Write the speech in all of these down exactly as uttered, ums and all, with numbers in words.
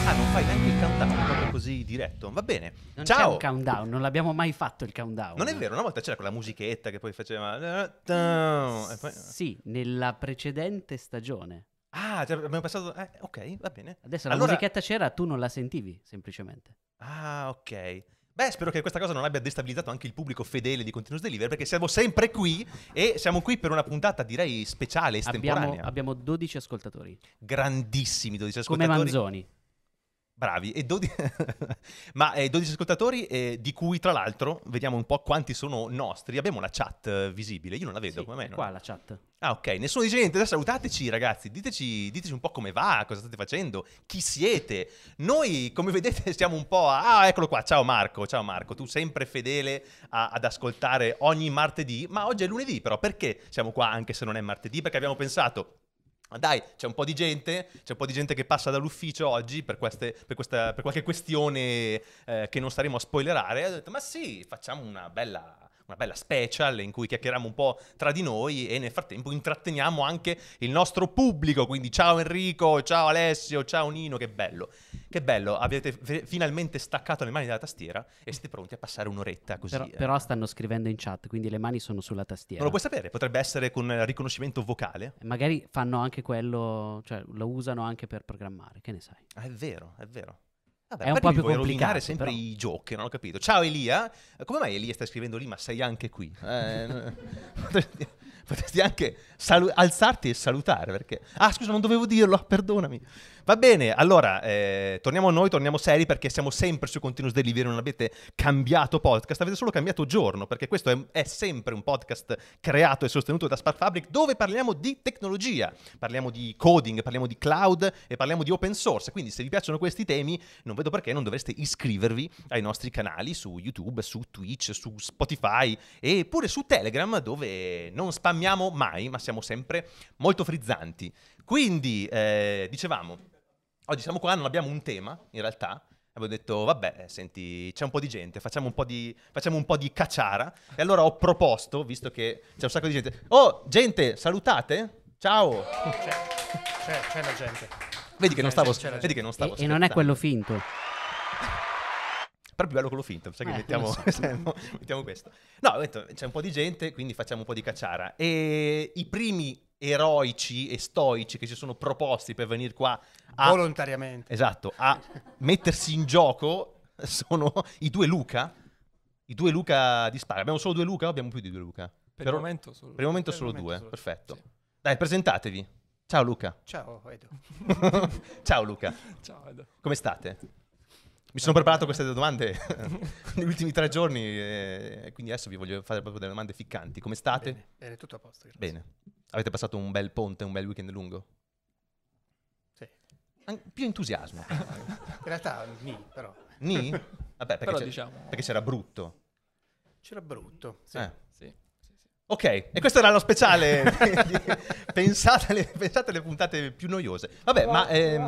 Ah, non fai neanche il countdown, proprio così diretto. Va bene. Non Ciao. c'è un countdown, non l'abbiamo mai fatto il countdown. Non è vero, una volta c'era quella musichetta che poi faceva... E poi... Sì, nella precedente stagione. Ah, cioè, abbiamo passato... Eh, ok, va bene. Adesso la Allora... musichetta c'era, tu non la sentivi, semplicemente. Ah, ok. Beh, spero che questa cosa non abbia destabilizzato anche il pubblico fedele di Continuous Delivery, perché siamo sempre qui e siamo qui per una puntata, direi, speciale, estemporanea. Abbiamo, abbiamo dodici ascoltatori. Grandissimi dodici Come ascoltatori. Manzoni. Bravi, e dodici... ma eh, dodici ascoltatori, eh, di cui tra l'altro, vediamo un po' quanti sono nostri. Abbiamo una chat eh, visibile, io non la vedo, Sì, come me. è non... qua la chat. Ah, ok, nessuno dice niente, adesso salutateci ragazzi, diteci, diteci un po' come va, cosa state facendo, chi siete. Noi, come vedete, siamo un po' a... Ah, eccolo qua, ciao Marco, ciao Marco, tu sempre fedele a, ad ascoltare ogni martedì, ma oggi è lunedì però, perché siamo qua anche se non è martedì? Perché abbiamo pensato... Ma dai, c'è un po' di gente, c'è un po' di gente che passa dall'ufficio oggi per, queste, per, questa, per qualche questione eh, che non staremo a spoilerare. E ho detto, ma sì, facciamo una bella, una bella special in cui chiacchieriamo un po' tra di noi e nel frattempo intratteniamo anche il nostro pubblico. Quindi ciao Enrico, ciao Alessio, ciao Nino, che bello. Che bello, avete f- finalmente staccato le mani dalla tastiera e siete pronti a passare un'oretta così. Però, eh. però stanno scrivendo in chat, quindi le mani sono sulla tastiera. Non lo puoi sapere, potrebbe essere con riconoscimento vocale. Magari fanno anche quello, cioè lo usano anche per programmare, che ne sai? Ah, è vero, è vero. Vabbè, È un perché po' mi più vuoi complicato, rovinare sempre però. i giochi, non ho capito. Ciao Elia, come mai Elia stai scrivendo lì ma sei anche qui? Eh, potresti, potresti anche salu- alzarti e salutare perché... Ah scusa, non dovevo dirlo, perdonami. Va bene, allora, eh, torniamo a noi, torniamo seri perché siamo sempre su Continuous Delivery, non avete cambiato podcast, avete solo cambiato giorno, perché questo è, è sempre un podcast creato e sostenuto da Spark Fabric dove parliamo di tecnologia, parliamo di coding, parliamo di cloud e parliamo di open source, quindi se vi piacciono questi temi non vedo perché non dovreste iscrivervi ai nostri canali su YouTube, su Twitch, su Spotify e pure su Telegram dove non spammiamo mai, ma siamo sempre molto frizzanti. Quindi, eh, dicevamo, oggi siamo qua, non abbiamo un tema, in realtà. Avevo detto, vabbè, senti, c'è un po' di gente, facciamo un po' di, facciamo un po' di cacciara. E allora ho proposto, visto che c'è un sacco di gente... Oh, gente, salutate! Ciao! C'è, c'è, c'è la gente. Vedi che non stavo, C'è la vedi che non stavo E, e non è quello finto. Però è più bello quello finto, sai che Eh, mettiamo, lo so. no, mettiamo questo. No, ho detto, c'è un po' di gente, quindi facciamo un po' di cacciara. E i primi eroici e stoici che si sono proposti per venire qua a... Volontariamente. Esatto, a mettersi in gioco sono i due Luca. I due Luca di Spark. Abbiamo solo due Luca o abbiamo più di due Luca? Per Però- il momento solo. Per il momento Per il solo momento due, solo- perfetto. sì. Dai, presentatevi. Ciao Luca. Ciao Edo. Ciao Luca, Ciao Edo. come state? Mi sono preparato queste domande negli ultimi tre giorni e quindi adesso vi voglio fare proprio delle domande ficcanti. Come state? Bene, bene, tutto a posto. grazie. Bene. Avete passato un bel ponte, un bel weekend lungo? Sì. An- più entusiasmo. In realtà ni, però. Ni? Vabbè, perché, Però c'è- diciamo... perché c'era brutto. C'era brutto. Sì. Eh. Sì, sì, sì. Ok, e questo era lo speciale. di- pensate, alle, pensate alle puntate più noiose. Vabbè, ma...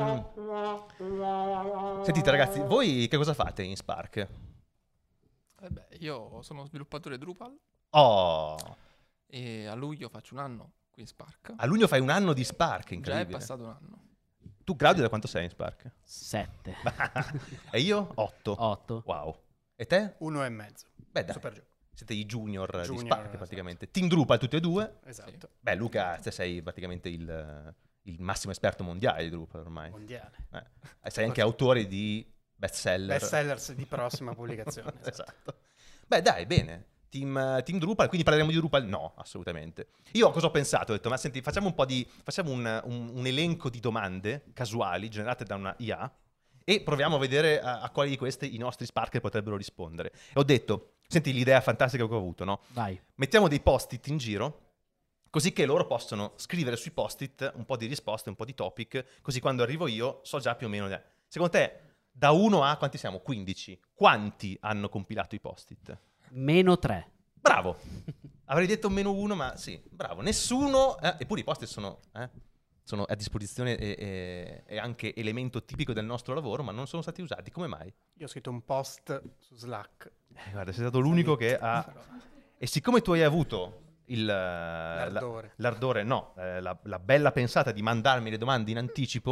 ehm, sentite ragazzi, voi che cosa fate in Spark? Eh beh, io sono sviluppatore Drupal Oh, e a luglio faccio un anno qui in Spark. a luglio fai un anno di Spark, Già è incredibile. passato un anno. Tu Claudio da quanto sei in Spark? Sette. E io? Otto. Otto. Wow. E te? Uno e mezzo. Beh dai, Super gioco. siete i junior, di Junior, Spark esatto. praticamente. Team Drupal tutti e due. Esatto. Beh Luca, te sei praticamente il, il massimo esperto mondiale di Drupal ormai. Mondiale. Eh. E sei anche autore di bestseller. Bestsellers di prossima pubblicazione. esatto. Esatto. Beh dai, bene. Team, team Drupal, quindi parleremo di Drupal? No, assolutamente. Io cosa ho pensato? Ho detto, ma senti, facciamo un po' di... facciamo un, un- un elenco di domande casuali generate da una I A e proviamo a vedere a, a quali di queste i nostri Spark potrebbero rispondere. E ho detto, senti l'idea fantastica che ho avuto, no? Vai. Mettiamo dei post-it in giro, così che loro possono scrivere sui post-it un po' di risposte, un po' di topic, così quando arrivo io so già più o meno... Secondo te, da uno a quanti siamo? quindici. Quanti hanno compilato i post-it? Meno tre. Bravo. Avrei detto meno uno, ma sì, bravo. Nessuno... eh, eppure i post-it sono... eh, sono a disposizione e, e- e anche elemento tipico del nostro lavoro, ma non sono stati usati. Come mai? Io ho scritto un post su Slack. Eh, guarda, sei stato l'unico che ha... Però- E siccome tu hai avuto il... la- L'ardore. l'ardore, no, eh, la, la bella pensata di mandarmi le domande in anticipo,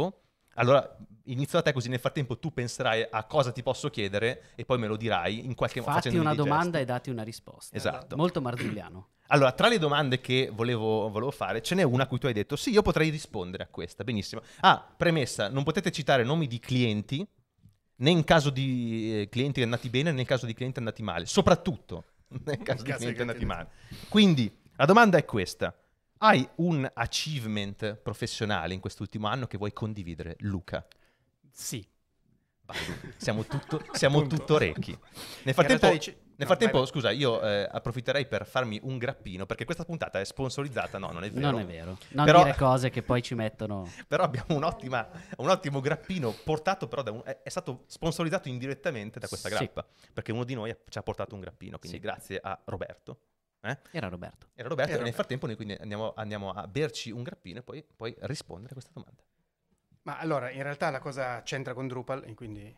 Allora inizio da te, così nel frattempo tu penserai a cosa ti posso chiedere e poi me lo dirai in qualche modo. Fatti una domanda e dati una risposta. Esatto. Molto marzulliano. Allora, tra le domande che volevo, volevo fare, ce n'è una a cui tu hai detto, sì, io potrei rispondere a questa, benissimo. Ah, premessa, non potete citare nomi di clienti, né in caso di eh, clienti andati bene, né in caso di clienti andati male, soprattutto nel caso di clienti andati male. Quindi, la domanda è questa. Hai un achievement professionale in quest'ultimo anno che vuoi condividere, Luca? Sì. Vai, siamo tutto, siamo Punto. tutto orecchi. Nel In frattempo, realtà dici- nel no, frattempo vai, vai. scusa, io eh, approfitterei per farmi un grappino, perché questa puntata è sponsorizzata, no, non è vero. Non è vero. Non Però- dire cose che poi ci mettono... Però abbiamo un'ottima, un ottimo grappino portato, però da un- è, è stato sponsorizzato indirettamente da questa Sì. grappa, perché uno di noi ha- ci ha portato un grappino, quindi Sì. grazie a Roberto. Eh? Era Roberto. Era Roberto, Era e nel Roberto. frattempo noi quindi andiamo, andiamo a berci un grappino e poi, poi rispondere a questa domanda. Ma allora, in realtà la cosa c'entra con Drupal e quindi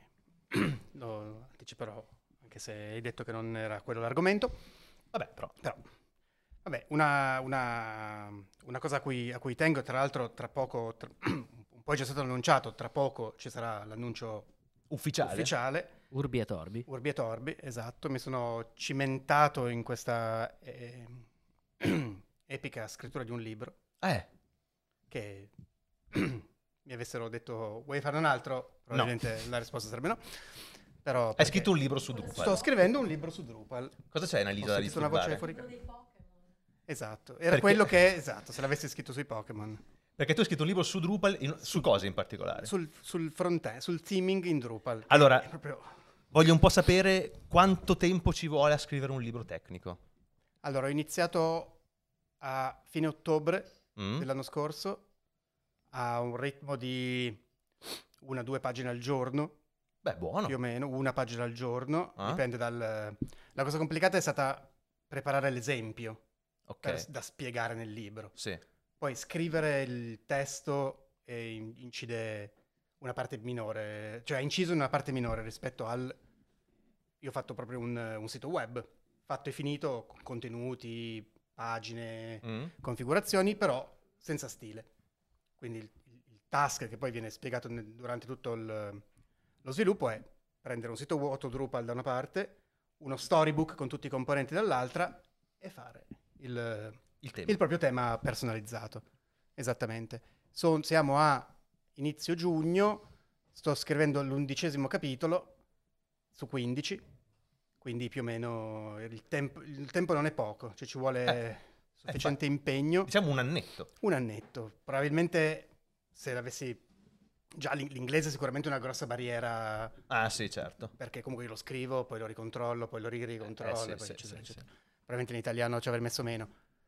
lo anticiperò, anche se hai detto che non era quello l'argomento. Vabbè, però. Però, vabbè, una, una- una cosa a cui, a cui tengo, tra l'altro tra poco, tra- un po' è già stato annunciato, tra poco ci sarà l'annuncio Ufficiale. ufficiale, Urbi e Torbi. Urbi e Torbi, esatto, mi sono cimentato in questa eh, epica scrittura di un libro, Eh, che mi avessero detto vuoi fare un altro? Probabilmente la risposta sarebbe no. Però hai perché scritto un libro su Drupal. sto scrivendo un libro su Drupal. Cosa c'è, Ho Annalisa, da sentito una voce disturbare? fuori. Esatto, era Perché- quello che esatto, se l'avessi scritto sui Pokémon. Perché tu hai scritto un libro su Drupal, in- su cosa in particolare? Sul, sul front-end, sul theming in Drupal. Allora- È proprio... Voglio un po' sapere quanto tempo ci vuole a scrivere un libro tecnico. Allora, ho iniziato a fine ottobre Mm? dell'anno scorso a un ritmo di una o due pagine al giorno, Beh, buono. più o meno, una pagina al giorno, Ah. dipende dal... La cosa complicata è stata preparare l'esempio Ok, per- da spiegare nel libro. sì. Poi scrivere il testo e in- incide una parte minore, cioè ha inciso in una parte minore rispetto al... Io ho fatto proprio un, un sito web, fatto e finito, con contenuti, pagine, Mm? configurazioni, però senza stile. Quindi il, il task che poi viene spiegato nel- durante tutto il- lo sviluppo è prendere un sito vuoto Drupal da una parte, uno storybook con tutti i componenti dall'altra e fare il, Il tema. il proprio tema personalizzato. Esattamente. Son- siamo a inizio giugno, sto scrivendo l'undicesimo capitolo su quindici, quindi più o meno il, tempo il tempo non è poco, cioè ci vuole Eh, sufficiente impegno. Diciamo un annetto. Un annetto. Probabilmente se l'avessi... Già l'in- l'inglese è sicuramente una grossa barriera, Ah, sì, certo. perché comunque io lo scrivo, poi lo ricontrollo, poi lo ricontrollo, Eh, sì, e poi sì, eccetera, sì, eccetera. Probabilmente in italiano ci avrei messo meno.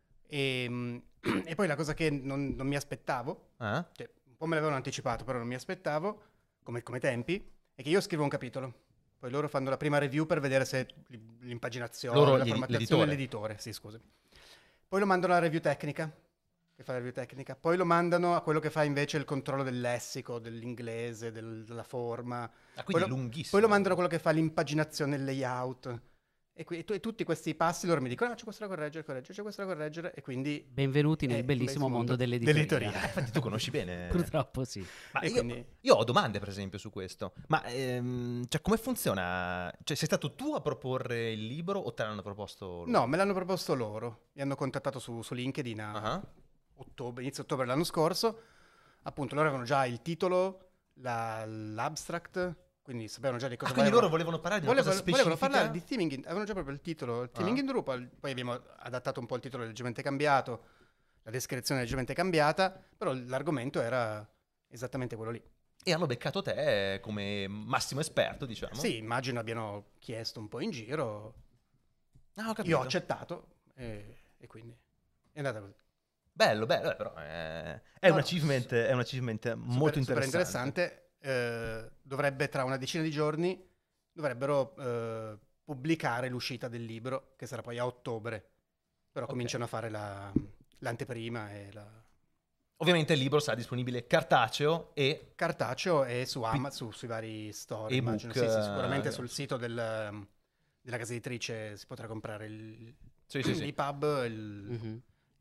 E, mm, e poi la cosa che non, non mi aspettavo, Ah? cioè un po' me l'avevano anticipato, però non mi aspettavo, come, come tempi, è che io scrivo un capitolo. Poi loro fanno la prima review per vedere se l- l'impaginazione, Loro, la gli- formattazione, l'editore. l'editore, sì, scusi. Poi lo mandano alla review tecnica, che fa la review tecnica. Poi lo mandano a quello che fa invece il controllo del lessico, dell'inglese, del- della forma. Ah, Poi quindi lo, lunghissimo. poi lo mandano a quello che fa l'impaginazione, il layout. E, qui- e tu- e tutti questi passi loro mi dicono, ah, c'è questo da correggere, correggere, c'è questo da correggere. E quindi... Benvenuti nel Eh, bellissimo bellissimo mondo mondo dell'editoria. dell'editoria. Infatti tu conosci bene. Purtroppo sì. Ma E io, quindi- io ho domande, per esempio, su questo. Ma ehm, cioè, come funziona? Cioè, sei stato tu a proporre il libro o te l'hanno proposto loro? No, me l'hanno proposto loro. Mi hanno contattato su, su LinkedIn a Ah. ottobre, inizio ottobre dell'anno scorso. Appunto, loro avevano già il titolo, la- l'abstract, quindi sapevano già di Ah, cosa quindi volevano. loro volevano parlare di una Volevano, cosa specifica? volevano parlare di theming, in- avevano già proprio il titolo, il theming Ah. in Drupal, poi abbiamo adattato un po' il titolo leggermente cambiato, la descrizione leggermente cambiata, però l'argomento era esattamente quello lì. E hanno beccato te come massimo esperto, diciamo. Sì, immagino abbiano chiesto un po' in giro, Ah, ho capito. io ho accettato e, e quindi è andata così. Bello, bello, eh, però è, è No, un no, achievement, è un achievement molto super interessante. interessante. Eh, dovrebbe tra una decina di giorni dovrebbero eh, pubblicare l'uscita del libro, che sarà poi a ottobre. Però Ok. cominciano a fare la- l'anteprima e la Ovviamente il libro sarà disponibile cartaceo e cartaceo e su Amazon, su, sui vari store. Ebook, immagino. Sì, sì, sicuramente eh. sul sito del- della casa editrice si potrà comprare il, sì, sì, sì. l'E P U B il- Mhm.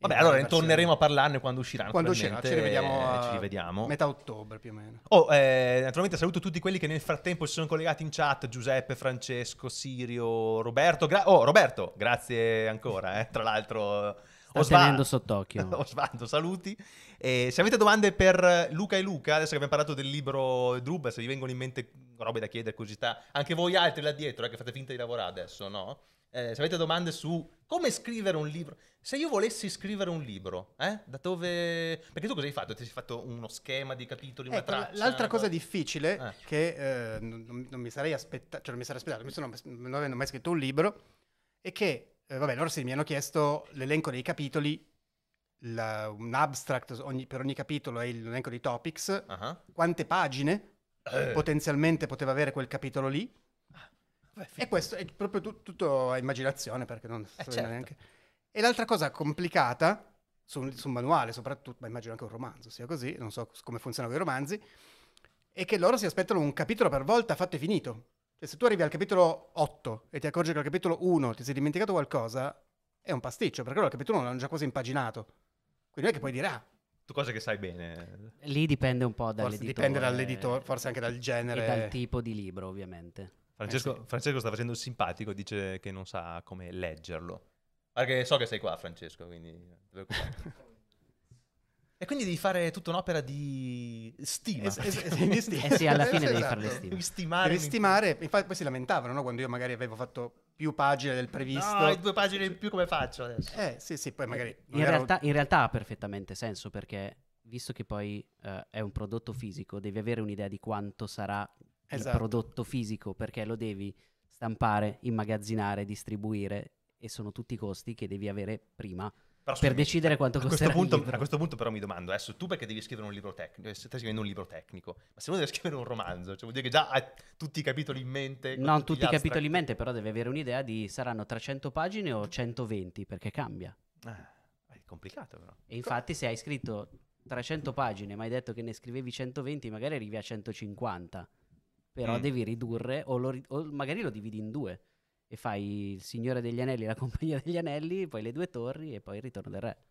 Vabbè, allora ne torneremo a parlarne quando usciranno. Quando uscirà, ci rivediamo, eh, ci rivediamo. metà ottobre più o meno. Oh, eh, naturalmente saluto tutti quelli che nel frattempo si sono collegati in chat: Giuseppe, Francesco, Sirio, Roberto. Gra- oh, Roberto, grazie ancora. Eh. Tra l'altro, Sta tenendo sott'occhio. Osvaldo, saluti. E se avete domande per Luca e Luca, adesso che abbiamo parlato del libro Drub, se vi vengono in mente robe da chiedere, curiosità, anche voi altri là dietro, eh, che fate finta di lavorare adesso, no? Eh, se avete domande su come scrivere un libro, se io volessi scrivere un libro, eh, da dove... Perché tu cosa hai fatto? Ti sei fatto uno schema di capitoli, una Ecco, traccia? l'altra cosa no? difficile Eh. che eh, non, non mi sarei aspettato, cioè non mi sarei aspettato, mi sono, non avendo mai scritto un libro, è che, eh, vabbè, loro sì mi hanno chiesto l'elenco dei capitoli, la- un abstract ogni- per ogni capitolo e l'elenco dei topics, Ah, quante pagine eh. potenzialmente poteva avere quel capitolo lì. Beh, E questo è proprio tu- tutto a immaginazione, perché non so certo. neanche. E l'altra cosa complicata, su un, su un manuale soprattutto, ma immagino anche un romanzo sia così, non so come funzionano i romanzi, è che loro si aspettano un capitolo per volta fatto e finito. Cioè se tu arrivi al capitolo otto e ti accorgi che al capitolo uno ti sei dimenticato qualcosa, è un pasticcio, perché loro il capitolo uno l'hanno già quasi impaginato. Quindi non è che puoi dire, ah, Tu cose che sai bene. Lì dipende un po' forse dall'editore. dipende dall'editore, forse anche dal genere. E dal tipo di libro, ovviamente. Francesco, Eh sì. Francesco sta facendo il simpatico, dice che non sa come leggerlo. Perché so che sei qua, Francesco, quindi... non ti preoccupare. E quindi devi fare tutta un'opera di stima. Es- es- es- di stima. Eh sì, alla fine devi Esatto. fare le stime. Devi stimare. Devi stimare, infatti poi si lamentavano, no? Quando io magari avevo fatto più pagine del previsto. No, hai due pagine in più, come faccio adesso? Eh sì sì, poi magari... non In ero- realtà, in realtà ha perfettamente senso, perché visto che poi eh, è un prodotto fisico, devi avere un'idea di quanto sarà Esatto. il prodotto fisico, perché lo devi stampare, immagazzinare, distribuire, e sono tutti costi che devi avere prima Però, per scusami, decidere quanto a questo costerà il punto, libro. A questo punto però mi domando, adesso tu perché devi scrivere un libro tecnico, stai scrivendo un libro tecnico, ma se uno deve scrivere un romanzo, cioè vuol dire che già hai tutti i capitoli in mente? con Non tutti tutti gli i capitoli abstract? in mente, però devi avere un'idea di saranno trecento pagine o centoventi, perché cambia. Ah, è complicato però. E infatti se hai scritto trecento pagine, ma hai detto che ne scrivevi centoventi, magari arrivi a centocinquanta. Però Mm. devi ridurre, o, lo ri- o magari lo dividi in due. E fai il Signore degli Anelli, la Compagnia degli Anelli, poi le due torri e poi il Ritorno del Re.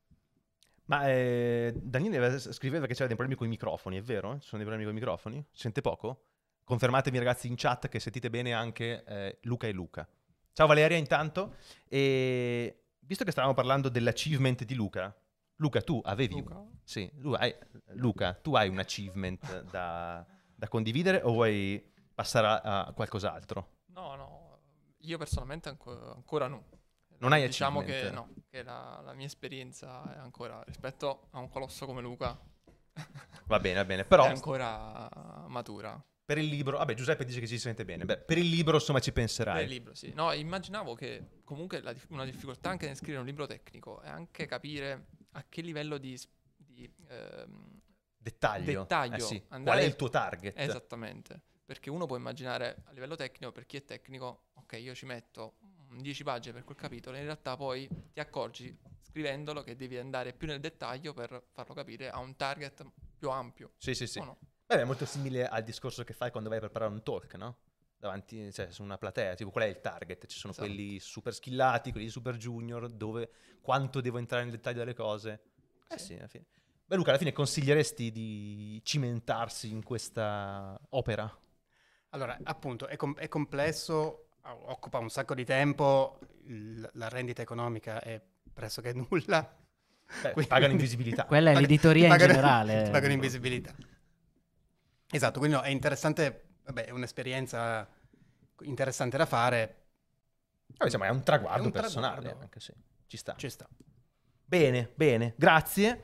Ma eh, Daniele scriveva che c'era dei problemi con i microfoni, è vero? Ci sono dei problemi con i microfoni? Si sente poco? Confermatemi ragazzi in chat che sentite bene anche eh, Luca e Luca. Ciao Valeria intanto. E visto che stavamo parlando dell'achievement di Luca, Luca tu avevi... Luca? Sì, tu hai- Luca, tu hai un achievement da, da condividere o vuoi passare a, a qualcos'altro? No, no, io personalmente anco- ancora no. Non hai Diciamo achievement? che no, che la, la mia esperienza è ancora, rispetto a un colosso come Luca, Va bene, va bene, però... è ancora matura. Per il libro, vabbè, Giuseppe dice che ci si sente bene. Beh, per il libro, insomma, ci penserai. Per il libro, sì. No, immaginavo che comunque la dif- una difficoltà anche nel scrivere un libro tecnico è anche capire a che livello di, s- di, ehm, Dettaglio. dettaglio Eh sì. andare- Qual è il tuo target? Esattamente, perché uno può immaginare a livello tecnico, per chi è tecnico, ok, io ci metto dieci pagine per quel capitolo, in realtà poi ti accorgi scrivendolo che devi andare più nel dettaglio per farlo capire a un target più ampio. Sì, sì, sì. O no? Beh, è molto simile al discorso che fai quando vai a preparare un talk, no? Davanti, cioè, su una platea, tipo, qual è il target? Ci sono Esatto. quelli super skillati, quelli super junior, dove quanto devo entrare nel dettaglio delle cose. Eh sì, Sì. alla fine. Beh, Luca, alla fine consiglieresti di cimentarsi in questa opera? Allora, appunto, è, com- è complesso, occupa un sacco di tempo, il- la rendita economica è pressoché nulla. Beh, Quindi- pagano invisibilità. Quella è Pag- l'editoria in pagano- generale. ti pagano invisibilità. Esatto, quindi no, è interessante, vabbè, è un'esperienza interessante da fare, Vabbè, insomma, è un traguardo È un personale, traguardo. anche se ci sta. ci sta. Bene, bene, grazie.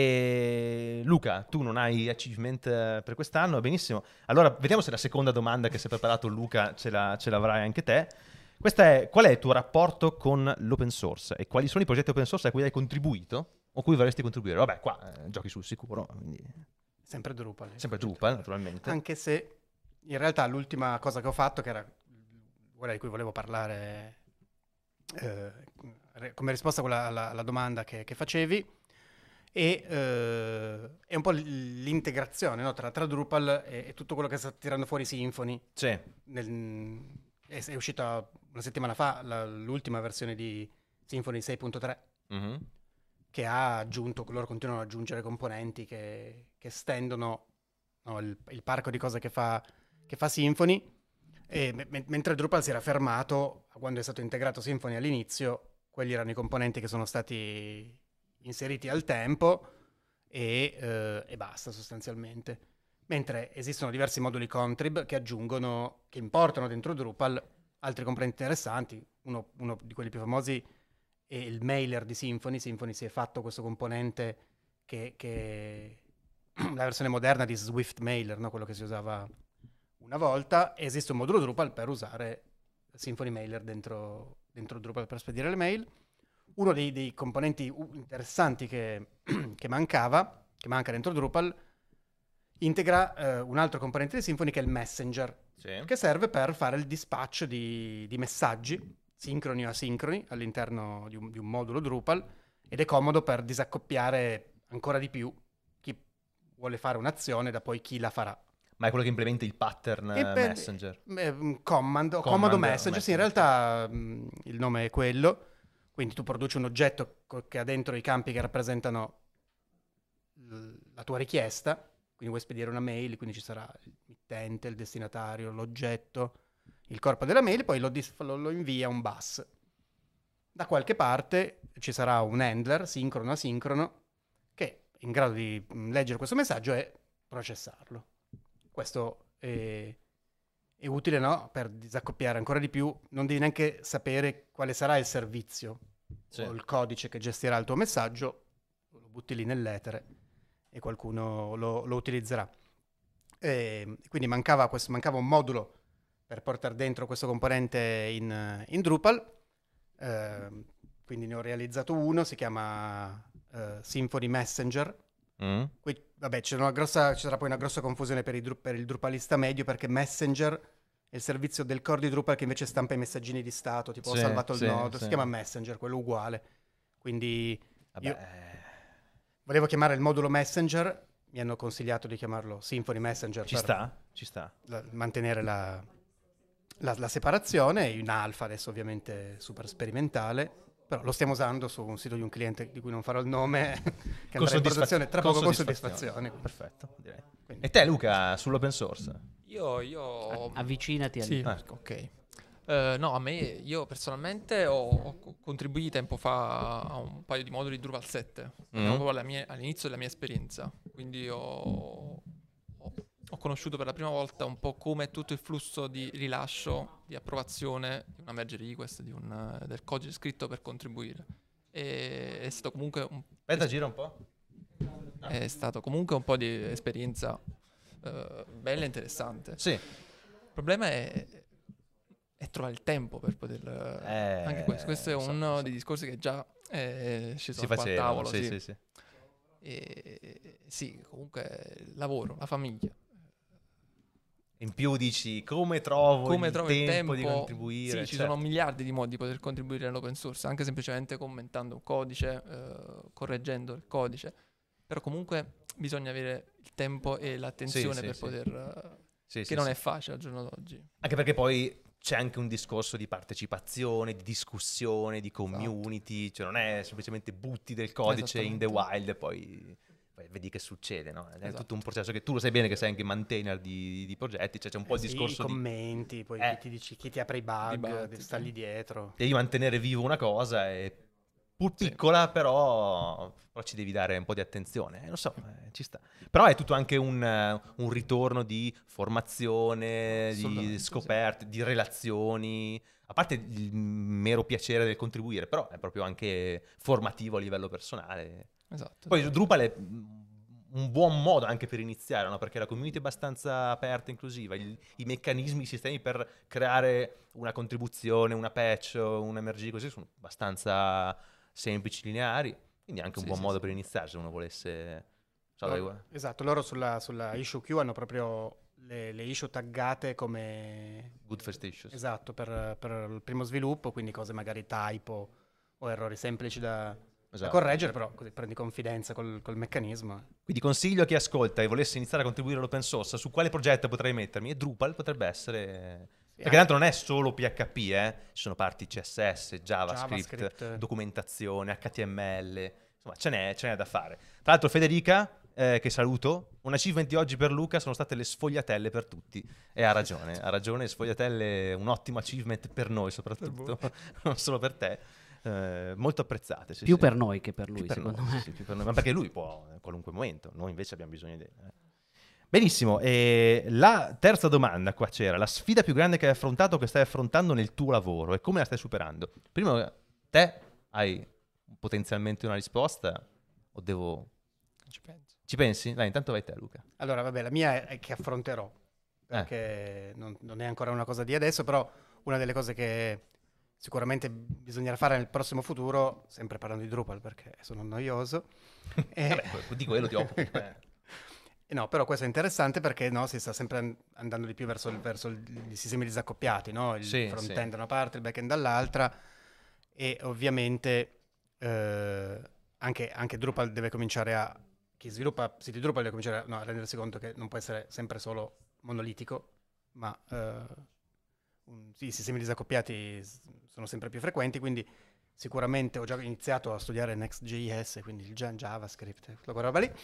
E Luca, tu non hai achievement eh, per quest'anno, benissimo. Allora, vediamo se la seconda domanda che si è preparato Luca ce, la, ce l'avrai anche te. Questa è: qual è il tuo rapporto con l'open source e quali sono i progetti open source a cui hai contribuito o cui vorresti contribuire? Vabbè, qua eh, giochi sul sicuro, quindi Sempre Drupal. sempre Drupal, naturalmente. Anche se in realtà l'ultima cosa che ho fatto, che era quella di cui volevo parlare eh, come risposta a quella- alla, alla domanda che, che facevi, e, eh, è un po' l- l'integrazione, no, tra, tra Drupal e, e tutto quello che sta tirando fuori Symfony. Sì. Nel- è, è uscita una settimana fa la- l'ultima versione di Symfony sei punto tre, Mhm. che ha aggiunto, loro continuano ad aggiungere componenti che, che estendono no, il, il parco di cose che fa, che fa Symfony, e me- mentre Drupal si era fermato quando è stato integrato Symfony all'inizio, quelli erano i componenti che sono stati inseriti al tempo e, eh, e basta sostanzialmente. Mentre esistono diversi moduli contrib che aggiungono, che importano dentro Drupal altri componenti interessanti. Uno, uno di quelli più famosi è il mailer di Symfony. Symfony si è fatto questo componente che, che la versione moderna di Swift Mailer, no? Quello che si usava una volta. E esiste un modulo Drupal per usare Symfony Mailer dentro, dentro Drupal per spedire le mail. Uno dei, dei componenti interessanti che, che mancava, che manca dentro Drupal, integra eh, un altro componente di Symfony che è il Messenger, Sì. che serve per fare il dispaccio di, di messaggi, sincroni o asincroni, all'interno di un, di un modulo Drupal, ed è comodo per disaccoppiare ancora di più chi vuole fare un'azione da poi chi la farà. Ma è quello che implementa il pattern E per- Messenger. eh, um, command, o Command comodo o Messenger, sì, in Messenger. realtà mh, il nome è quello, quindi tu produci un oggetto co- che ha dentro i campi che rappresentano l- la tua richiesta, quindi vuoi spedire una mail, quindi ci sarà il mittente, il destinatario, l'oggetto, il corpo della mail, poi lo, dis- lo- lo invia un bus. Da qualche parte ci sarà un handler, sincrono asincrono, che è in grado di mh, leggere questo messaggio e processarlo. Questo è, è utile, no? Per disaccoppiare ancora di più. Non devi neanche sapere quale sarà il servizio Sì. o il codice che gestirà il tuo messaggio, lo butti lì nell'etere e qualcuno lo, lo utilizzerà. E quindi mancava, questo, mancava un modulo per portare dentro questo componente in, in Drupal. Eh, quindi ne ho realizzato uno, si chiama eh, Symfony Messenger. Mm? Qui, vabbè, c'è una grossa, ci sarà poi una grossa confusione per, i Dru- per il Drupalista medio, perché Messenger è il servizio del core di Drupal che invece stampa i messaggini di stato, tipo ho Sì, salvato il sì, nodo, sì. si chiama Messenger, quello uguale. Quindi Vabbè, io eh, volevo chiamare il modulo Messenger, mi hanno consigliato di chiamarlo Symfony Messenger ci per sta, ci sta. la- mantenere la, la- la separazione, in alfa adesso ovviamente super sperimentale, però lo stiamo usando su un sito di un cliente di cui non farò il nome, che andrà in produzione tra poco con soddisfazione. Perfetto, direi. Quindi- E te Luca, sull'open source? Io, io... Avvicinati al Sì, Ah. ok. Eh, no, a me, io personalmente ho, ho co- contribuito tempo fa a un paio di moduli Drupal sette, Mm. proprio alla mia- all'inizio della mia esperienza, quindi ho, ho- ho conosciuto per la prima volta un po' come tutto il flusso di rilascio, di approvazione di una merge request, di un, eh, del codice scritto per contribuire. E è stato comunque un, Aspetta, gira un po'. è stato comunque un po' di esperienza eh, bella e interessante. Sì. Il problema è, è trovare il tempo per poter... Eh, anche questo, questo è lo so, uno lo so. dei discorsi che già è sceso Si qua al faceva, tavolo. sì, sì. sì, sì. E, sì, comunque il lavoro, la famiglia. In più dici come trovo Come il trovo tempo, il tempo di contribuire. Sì, ci certo. sono miliardi di modi di poter contribuire nell'open source, anche semplicemente commentando un codice, eh, correggendo il codice. Però comunque bisogna avere il tempo e l'attenzione Sì, sì, per sì. poter... eh, Sì, che sì, non sì. è facile al giorno d'oggi. Anche perché poi c'è anche un discorso di partecipazione, di discussione, di community, cioè non è semplicemente butti del codice in the Esattamente. wild e poi, poi vedi che succede, no? È Esatto. tutto un processo che tu lo sai bene che sei anche maintainer di, di progetti, cioè c'è un po' il Eh sì, discorso i di commenti, poi Eh. chi ti dici chi ti apre i bug, Dibattiti. devi stargli dietro. devi mantenere vivo una cosa e pur Sì. piccola però, però ci devi dare un po' di attenzione, eh, lo so, eh, ci sta. Però è tutto anche un, eh, un ritorno di formazione, di Assolutamente, sì. scoperte, di relazioni, a parte il mero piacere del contribuire, però è proprio anche formativo a livello personale. Esatto. Poi Drupal è un buon modo anche per iniziare, no? Perché la community è abbastanza aperta e inclusiva, il- i meccanismi, i sistemi per creare una contribuzione, una patch, un M R G così sono abbastanza semplici, lineari, quindi è anche un Sì, buon sì, modo sì. per iniziare se uno volesse... so, Loro- dai, esatto, loro sulla, sulla issue queue hanno proprio le, le issue taggate come... good first issues. Esatto, per, per il primo sviluppo, quindi cose magari typo o errori semplici da, da Esatto. correggere, però così prendi confidenza col, col meccanismo. Quindi consiglio a chi ascolta e volesse iniziare a contribuire all'open source, su quale progetto potrei mettermi? E Drupal potrebbe essere... Sì, Perché tanto non è solo P H P, eh? Ci sono parti C S S, JavaScript, JavaScript. documentazione, H T M L, insomma, ce n'è, ce n'è da fare. Tra l'altro Federica, eh, che saluto, un achievement di oggi per Luca sono state le sfogliatelle per tutti. E ha ragione, ha ragione, sfogliatelle è un ottimo achievement per noi soprattutto, non solo per te. Eh, molto apprezzate. Sì, Più sì. per noi che per lui, Più per secondo noi, me. sì, più per noi, ma perché lui può in qualunque momento, noi invece abbiamo bisogno di... Eh. Benissimo, e la terza domanda qua c'era, la sfida più grande che hai affrontato, che stai affrontando nel tuo lavoro e come la stai superando? Prima te hai potenzialmente una risposta o devo... Ci penso. Ci pensi? Dai, intanto vai te Luca. Allora, vabbè, la mia è, è che affronterò, perché non, non è ancora una cosa di adesso, però una delle cose che sicuramente bisognerà fare nel prossimo futuro, sempre parlando di Drupal perché sono noioso. e... Vabbè, di quello ti occupi. Eh. No, però questo è interessante perché no, si sta sempre an- andando di più verso, il, verso il, i sistemi disaccoppiati, no? Il Sì, front-end sì. da una parte, il back-end dall'altra, e ovviamente eh, anche, anche Drupal deve cominciare a... Chi sviluppa siti Drupal deve cominciare a, no, a rendersi conto che non può essere sempre solo monolitico, ma eh, un, sì, i sistemi disaccoppiati s- sono sempre più frequenti, quindi sicuramente ho già iniziato a studiare Next.js, quindi il Jan- JavaScript, quella roba lì.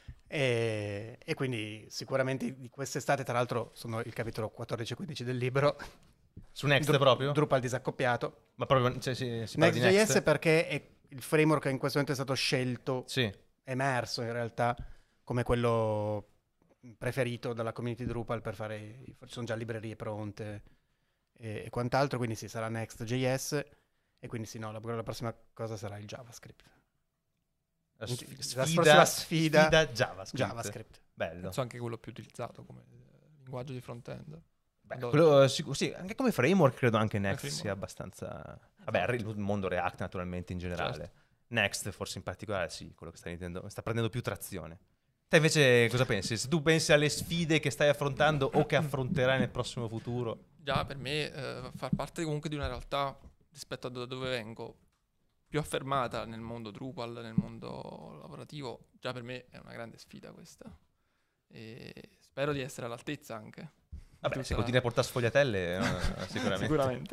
E, e quindi sicuramente di quest'estate, tra l'altro, sono il capitolo quattordici e quindici del libro. Su Next Dru- proprio? Drupal disaccoppiato. Ma proprio, cioè, si, si parla di Next.js Next? perché è il framework che in questo momento è stato scelto, Sì. emerso in realtà, come quello preferito dalla community Drupal per fare... i- Ci sono già librerie pronte e, e quant'altro, quindi sì, sarà Next.js e quindi sì, no, la, la prossima cosa sarà il JavaScript. La La sfida, prossima sfida- sfida JavaScript. JavaScript. Bello. Penso anche quello più utilizzato come eh, linguaggio di front-end. Beh, Allora, quello, sicu- sì, anche come framework credo anche Next framework. sia abbastanza... Vabbè, il mondo React naturalmente in generale. Certo. Next forse in particolare sì, quello che sta, iniziando- sta prendendo più trazione. Te invece cosa pensi? Se tu pensi alle sfide che stai affrontando o che affronterai nel prossimo futuro? Già per me eh, far parte comunque di una realtà rispetto a da dove vengo più affermata nel mondo Drupal, nel mondo lavorativo, già per me è una grande sfida questa. E spero di essere all'altezza anche. Vabbè, Tutta se la- continui a portare sfogliatelle, eh, sicuramente. Sicuramente.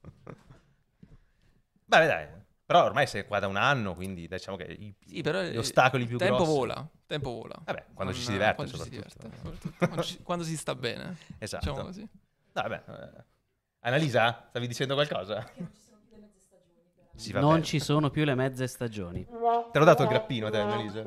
Beh, dai, però ormai sei qua da un anno, quindi diciamo che i, Sì, però gli eh, ostacoli più il tempo grossi... vola, tempo vola. Vabbè, quando ci Con- si diverte quando ci si soprattutto. diverte, soprattutto. Quando, ci- quando si sta bene, Esatto. diciamo così. No, vabbè. eh. Annalisa, stavi dicendo qualcosa? Sì, vabbè. Non ci sono più le mezze stagioni. Te l'ho dato il grappino, te, Annalisa.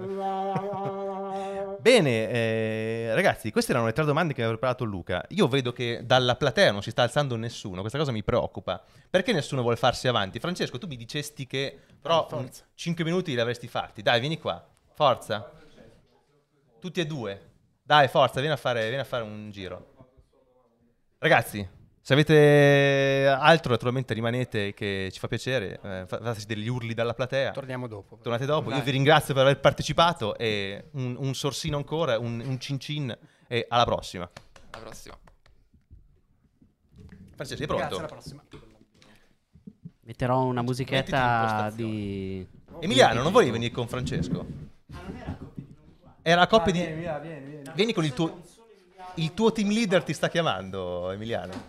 Bene, eh, ragazzi, queste erano le tre domande che aveva preparato Luca. Io vedo che dalla platea non si sta alzando nessuno, questa cosa mi preoccupa. Perché nessuno vuole farsi avanti? Francesco, tu mi dicesti che però Ah, forza. cinque minuti li avresti fatti. Dai, vieni qua. Forza. Tutti e due. Dai, forza, vieni a fare, vieni a fare un giro. Ragazzi, se avete altro, naturalmente rimanete, che ci fa piacere. Eh, fa- fateci degli urli dalla platea. Torniamo dopo. Tornate dopo. Io Dai. vi ringrazio per aver partecipato e un, un sorsino ancora, un, un cin cin e alla prossima. Alla prossima. Francesco, sei Grazie, pronto? alla prossima. Metterò una Mettiti in musichetta impostazione. di... Emiliano, non volevi venire con Francesco? Era a coppia di... Vieni, vieni, vieni, vieni. Vieni con il tuo... Il tuo team leader ti sta chiamando, Emiliano.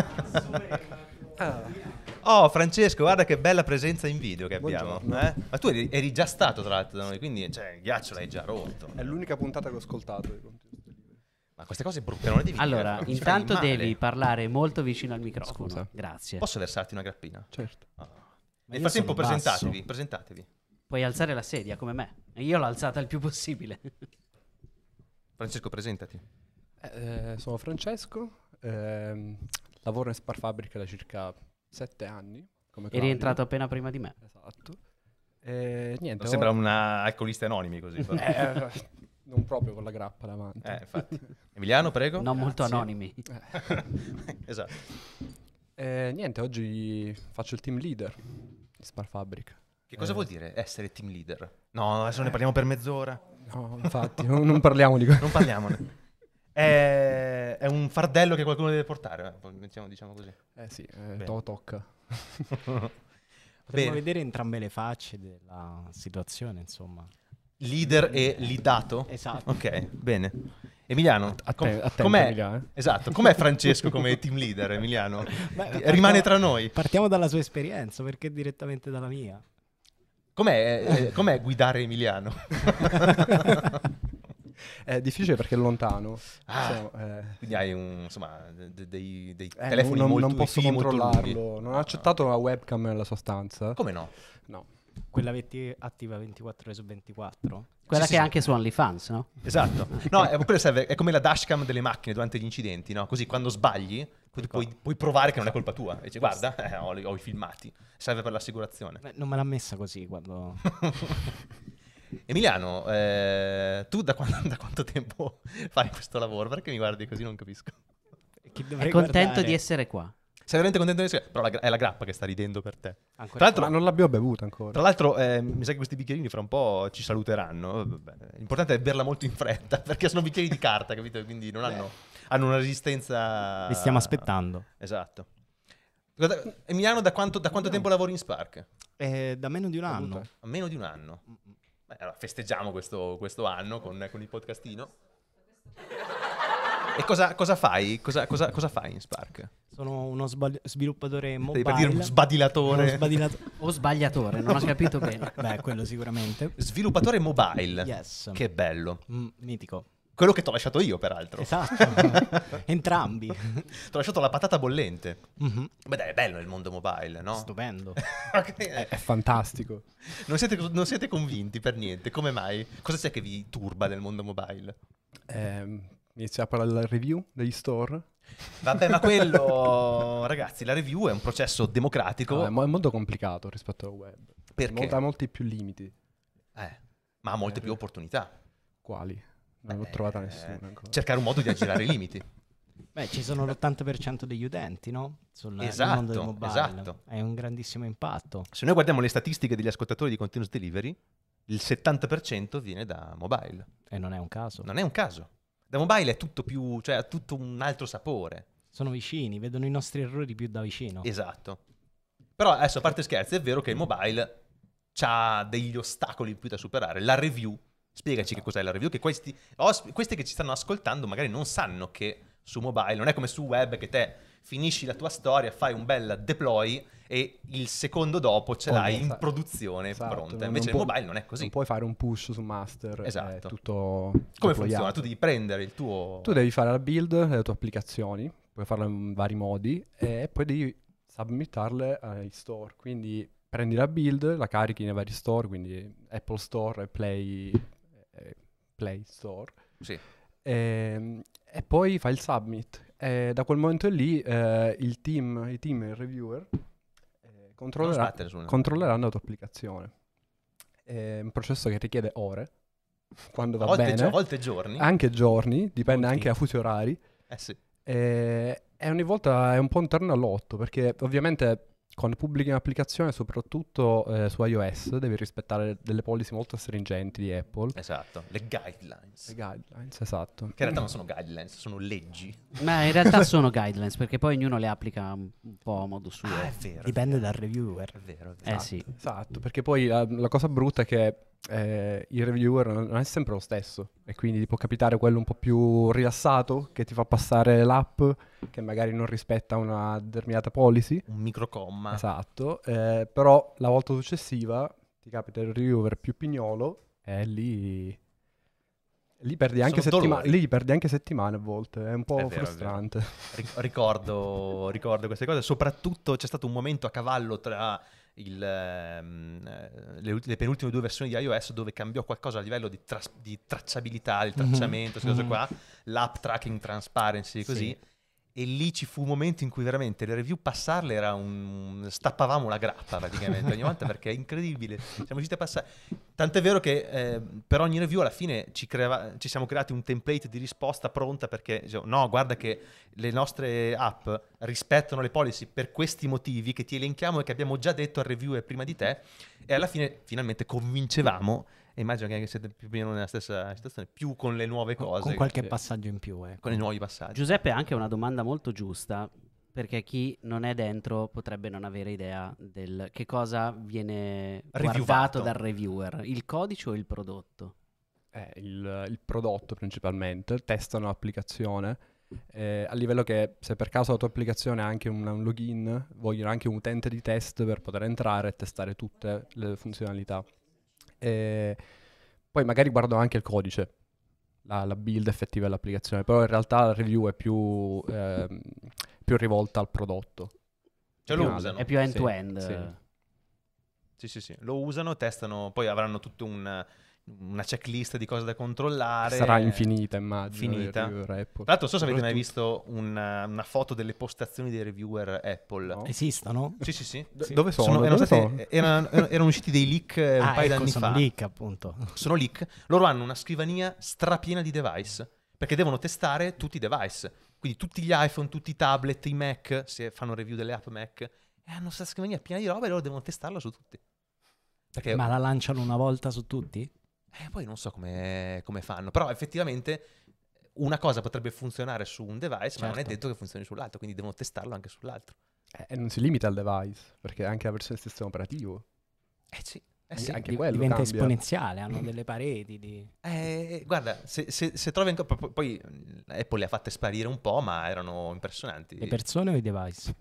Oh, Francesco, guarda che bella presenza in video che abbiamo. Buongiorno. Eh? Ma tu eri, eri già stato tra l'altro da noi, quindi cioè, il ghiaccio l'hai già rotto. È l'unica puntata che ho ascoltato. di Contenuti Liberi. Ma queste cose brutte non le devi Allora, dire. ci intanto fai male. devi parlare molto vicino al microfono. Scusa. Grazie. Posso versarti una grappina? Certo. Ah. Ma Nel io frattempo sono basso. presentatevi, presentatevi. Puoi alzare la sedia come me. E io l'ho alzata il più possibile. Francesco, presentati. Eh, sono Francesco, ehm, lavoro in Spar Fabrica da circa sette anni. Come Eri Claudio. entrato appena prima di me. Esatto. E niente. Non ho- sembra una alcolisti anonimi così. però. Eh, non proprio con la grappa davanti. Eh, infatti. Emiliano, prego. Non molto Grazie. anonimi. Esatto. E niente, oggi faccio il team leader di Spar Fabrica. Che cosa Eh. vuol dire essere team leader? No, adesso ne parliamo per mezz'ora. No, infatti, non, non parliamo di questo. Non parliamone. È, è un fardello che qualcuno deve portare, eh, diciamo, diciamo così. Eh sì, eh, Bene. to- tocca. Potremmo Bene. vedere entrambe le facce della situazione, insomma. Leader e lidato? Esatto. Ok, bene. Emiliano, A com- te- attento, com'è? Emiliano, eh. Esatto, com'è Francesco come team leader, Emiliano? Beh, Rimane tra noi. Partiamo dalla sua esperienza, perché direttamente dalla mia. Com'è, eh, com'è guidare Emiliano? È difficile perché è lontano. Ah, Siamo, eh, quindi hai un, insomma, de- dei, dei eh, telefoni non, molto non posso figli, molto lunghi. controllarlo. Non ho accettato la webcam nella sua stanza. Come no? No. Quella venti- attiva ventiquattro ore su ventiquattro? Quella Sì, che sì, è anche su OnlyFans, no? Esatto. No, è, quello serve, è come la dashcam delle macchine durante gli incidenti, no? Così quando sbagli puoi, puoi- puoi provare che non è colpa tua. E dici, guarda, eh, ho, ho i filmati. Serve per l'assicurazione. Beh, non me l'ha messa così quando... Emiliano, eh, tu da, qua- da quanto tempo fai questo lavoro? Perché mi guardi così? Non capisco. Chi È dovrei contento guardare? di essere qua. Sei veramente contento di essere? Però la gra- è la grappa che sta ridendo per te. Ancora Tra l'altro, Ma non l'abbiamo bevuta ancora. Tra l'altro eh, mi sa che questi bicchierini fra un po' ci saluteranno. Vabbè, l'importante è berla molto in fretta, perché sono bicchieri di carta, capito? Quindi non hanno, hanno una resistenza... Vi stiamo aspettando. Esatto. Guarda, Emiliano, da quanto, da quanto tempo lavori in Spark? Eh, da meno di un anno. A meno di un anno. Beh, allora festeggiamo questo, questo anno con, con il podcastino. E cosa, cosa fai? Cosa, cosa, cosa fai in Spark? Sono uno sbal- sviluppatore Devi mobile. per dire uno sbadilatore. Uno sbadilato- O sbagliatore, non ho capito bene. Beh, quello sicuramente. Sviluppatore mobile. Yes. Che bello. Mm, mitico. Quello che ti ho lasciato io, peraltro. Esatto. Entrambi. Ti ho lasciato la patata bollente. Mhm. Beh, dai, è bello il mondo mobile, no? Stupendo. Ok, È, eh. è fantastico. non, siete, non siete convinti per niente. Come mai? Cosa c'è che vi turba nel mondo mobile? Ehm, inizia a parlare della review degli store. Vabbè, ma quello... Ragazzi, la review è un processo democratico. No, è, mo- è molto complicato rispetto al web. Perché? Molta- Ha molti più limiti. Eh, ma ha molte Eh, più opportunità. Quali? Non Beh, l'ho trovata nessuna ancora. Cercare un modo di aggirare i limiti. Beh, ci sono l'ottanta per cento degli utenti, no? Sul nel Esatto, mondo del mobile. esatto. È un grandissimo impatto. Se noi guardiamo le statistiche degli ascoltatori di Continuous Delivery, il settanta per cento viene da mobile. E non è un caso. Non è un caso. Da mobile è tutto più, cioè ha tutto un altro sapore. Sono vicini, vedono i nostri errori più da vicino. Esatto. Però adesso, a parte scherzi, è vero che il mobile ha degli ostacoli in più da superare. La review, spiegaci che cos'è la review, che questi, os- questi che ci stanno ascoltando magari non sanno che su mobile, non è come su web che te finisci la tua storia, fai un bel deploy e il secondo dopo ce Oh, l'hai in esatto. produzione Esatto, pronta. non- Invece non il può- mobile non è così. Non puoi fare un push su master. Esatto. È tutto Come deployato. funziona? Tu devi prendere il tuo... Tu devi fare la build delle tue applicazioni, puoi farlo in vari modi e poi devi submittarle ai store. Quindi prendi la build, la carichi nei vari store, quindi Apple Store e Play, e Play Store, Sì. e, e poi fai il submit. E da quel momento lì eh, il team, i team e il reviewer eh, Non controllerà- sbattere su una- controlleranno la tua applicazione. È un processo che richiede ore, quando va a volte, bene, gio- a volte giorni. anche giorni, dipende Molti. anche da fusi orari. Eh sì. E, e ogni volta è un po' un terno all'otto, perché ovviamente quando pubblichi un'applicazione, soprattutto eh, su iOS, devi rispettare delle policy molto stringenti di Apple. Esatto, le guidelines. Le guidelines, esatto. Che in realtà non sono guidelines, sono leggi. Ma in realtà sono guidelines, perché poi ognuno le applica un un po' a modo suo. Ah, è vero. è Dipende vero. dal reviewer. È vero, è vero. Eh sì. Esatto, perché poi la, la cosa brutta è che eh, il reviewer non non è sempre lo stesso e quindi ti può capitare quello un po' più rilassato che ti fa passare l'app che magari non rispetta una determinata policy. Un microcomma. Esatto, eh, però la volta successiva ti capita il reviewer più pignolo e lì, lì, perdi anche Sono settima- dolori. lì perdi anche settimane a volte, è un po' È vero, è vero. frustrante. Ric- ricordo, ricordo queste cose. Soprattutto c'è stato un momento a cavallo tra il, ehm, eh, le, ulti- le penultime due versioni di iOS dove cambiò qualcosa a livello di, tras- di tracciabilità, del Mhm, tracciamento, queste cose mhm. qua, l'app tracking transparency, così. Sì. E lì ci fu un momento in cui veramente le review passarle era un... stappavamo la grappa praticamente ogni volta perché è incredibile. Siamo riusciti a passare. Tant'è vero che eh, per ogni review alla fine ci, creava- ci siamo creati un template di risposta pronta perché diciamo, no, guarda che le nostre app rispettano le policy per questi motivi che ti elenchiamo e che abbiamo già detto al reviewer prima di te e alla fine finalmente convincevamo. E immagino che anche siete più o meno nella stessa situazione, più con le nuove Con- cose, Con qualche sì. passaggio in più, ecco. con i nuovi passaggi. Giuseppe ha anche una domanda molto giusta, perché chi non è dentro potrebbe non avere idea del che cosa viene Reviewato. guardato dal reviewer, il codice o il prodotto? Eh, il, il prodotto principalmente, testano l'applicazione Eh, a livello che se per caso la tua applicazione ha anche un, un login, vogliono anche un utente di test per poter entrare e testare tutte le funzionalità. E poi magari guardano anche il codice, la, la build effettiva dell'applicazione, però in realtà la review è più, ehm, più rivolta al prodotto. Cioè lo Finale. usano. È più Sì, end-to-end. sì. Sì, sì, sì. Lo usano, testano, poi avranno tutto un... una checklist di cose da controllare. Sarà infinita, immagino. Finita. il reviewer Apple. Tra l'altro, non so se avete mai Soprattutto- visto una, una foto delle postazioni dei reviewer Apple. No. Esistono? Sì, sì, sì. Do- Dove sono? erano, Dove state- sono? erano- erano usciti dei leak eh, un Ah, paio ecco, d'anni sono fa. leak, appunto. Sono leak. Loro hanno una scrivania strapiena di device perché devono testare tutti i device. Quindi tutti gli iPhone, tutti i tablet, i Mac, se fanno review delle app Mac, e hanno questa scrivania piena di roba e loro devono testarla su tutti. Perché Ma la lanciano una volta su tutti? eh, poi non so come, come fanno, però effettivamente una cosa potrebbe funzionare su un device, ma non è Certo. detto che funzioni sull'altro, quindi devono testarlo anche sull'altro. Eh, E non si limita al device, perché anche la versione del sistema operativo. Eh sì, eh Anche- sì. anche Di- quello diventa cambia. esponenziale, hanno delle pareti di... Eh, guarda, se, se, se trovi anche... poi- Poi Apple le ha fatte sparire un po', ma erano impressionanti. Le persone o i device?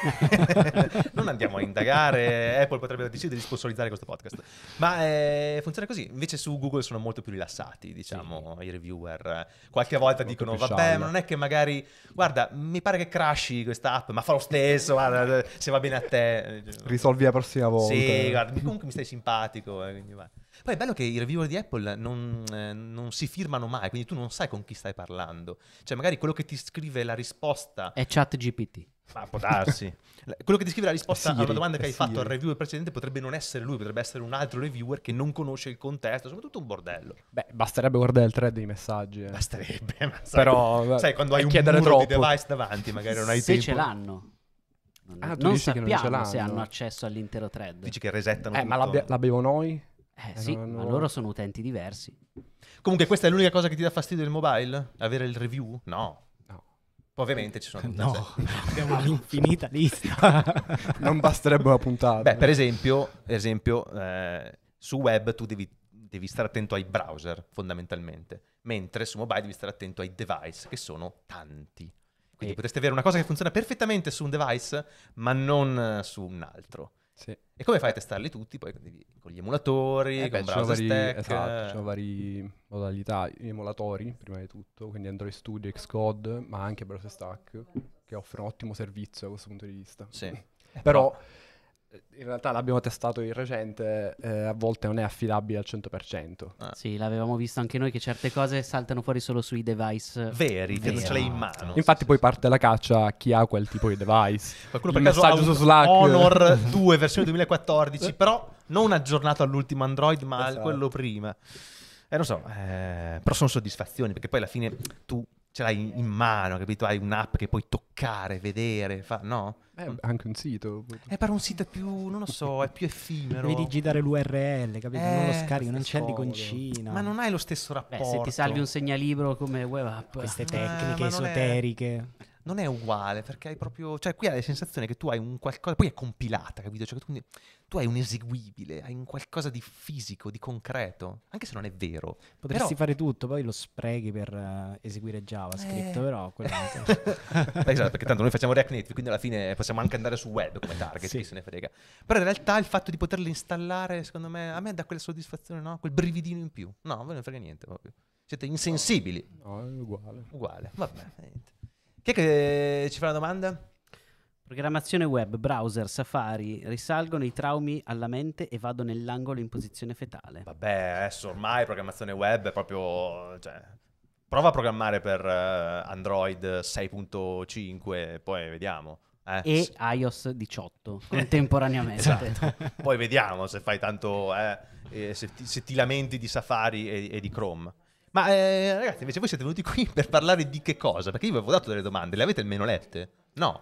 Non andiamo a indagare, Apple potrebbe decidere di sponsorizzare questo podcast. Ma eh, funziona così. Invece su Google sono molto più rilassati, diciamo, i reviewer. Qualche volta Molto dicono, più vabbè, scialla. ma non è che magari, guarda, mi pare che crashi questa app, ma fa lo stesso, guarda, se va bene a te. Risolvi la prossima volta. Sì, guarda, comunque mi stai simpatico, eh, quindi vai. Poi è bello che i reviewer di Apple non, eh, non si firmano mai, quindi tu non sai con chi stai parlando. Cioè, magari quello che ti scrive la risposta... È ChatGPT. Ma può darsi. Quello che ti scrive la risposta È Siri, a una domanda che è hai fatto al Siri. reviewer precedente potrebbe non essere lui, potrebbe essere un altro reviewer che non conosce il contesto, soprattutto un bordello. Beh, basterebbe guardare il thread dei messaggi. eh. Basterebbe, ma sai, Però, sai quando hai è un chiedere muro di troppo. device davanti, magari non hai Se tempo. ce l'hanno. Non, Ah, tu non dici che non ce sappiamo se l'hanno. hanno accesso all'intero thread. Dici che resettano Eh, ma tutto. l'abbia- l'abbiamo noi? Eh Eh, sì, no, ma no. loro sono utenti diversi. Comunque questa è l'unica cosa che ti dà fastidio del mobile? Avere il review? No. No. Poi ovviamente ci sono... No, abbiamo un'infinita lista. Non basterebbe una puntata. Beh, per esempio, esempio eh, su web tu devi, devi stare attento ai browser, fondamentalmente, mentre su mobile devi stare attento ai device, che sono tanti. Quindi E- potreste avere una cosa che funziona perfettamente su un device, ma non eh, su un altro. Sì. E come fai a testarli tutti? Poi devi- con gli emulatori, Eh beh, con ci sono browser vari, stack. esatto, ci sono varie modalità, gli emulatori prima di tutto, quindi Android Studio, Xcode, ma anche Browser Stack, che offrono un ottimo servizio da questo punto di vista. Sì. Eh, Però eh, in realtà l'abbiamo testato di recente, eh, a volte non è affidabile al cento per cento. Ah. Sì, l'avevamo visto anche noi che certe cose saltano fuori solo sui device. Veri, che non ce l'hai in Esatto. mano. Infatti poi parte la caccia a chi ha quel tipo di device. Qualcuno Il per caso ha messaggio un su Slack. Honor due versione duemilaquattordici, però non aggiornato all'ultimo Android, ma a Esatto. quello prima. Eh, non so, eh, però sono soddisfazioni, perché poi alla fine tu ce l'hai in, in mano, capito? Hai un'app che puoi toccare, vedere, fa... no? Eh, anche un sito. Eh, per un sito è più, non lo so, è più effimero. Devi digitare l'U R L, capito? non lo Eh, scarichi, non c'è scomodo. l'iconcina. Ma non hai lo stesso Beh, rapporto. se ti salvi un segnalibro come web app. Queste Eh, tecniche ma non è- esoteriche. Non è uguale, perché hai proprio... Cioè, qui hai la sensazione che tu hai un qualcosa... Poi è compilata, capito? Cioè, quindi tu hai un eseguibile, hai un qualcosa di fisico, di concreto, anche se non è vero. Potresti Però- fare tutto, poi lo sprechi per eh, eseguire JavaScript, Eh. però quello anche... Beh, esatto, perché tanto noi facciamo React Native, quindi alla fine possiamo anche andare su web come target, Sì. chi se ne frega. Però in realtà il fatto di poterle installare, secondo me, a me dà quella soddisfazione, no? Quel brividino in più. No, voi non frega niente proprio. Siete insensibili. No, è uguale. Uguale, vabbè. niente. Chi è che ci fa una domanda? Programmazione web, browser, Safari, risalgono i traumi alla mente e vado nell'angolo in posizione fetale. Vabbè, adesso ormai programmazione web è proprio... Cioè, prova a programmare per eh, Android sei punto cinque, poi vediamo. Eh? E S- iOS diciotto contemporaneamente. Esatto. Poi vediamo se fai tanto... eh, eh, se, ti, se ti lamenti di Safari e, e di Chrome. Ma eh, ragazzi, invece voi siete venuti qui per parlare di che cosa? Perché io vi avevo dato delle domande, le avete almeno lette? No.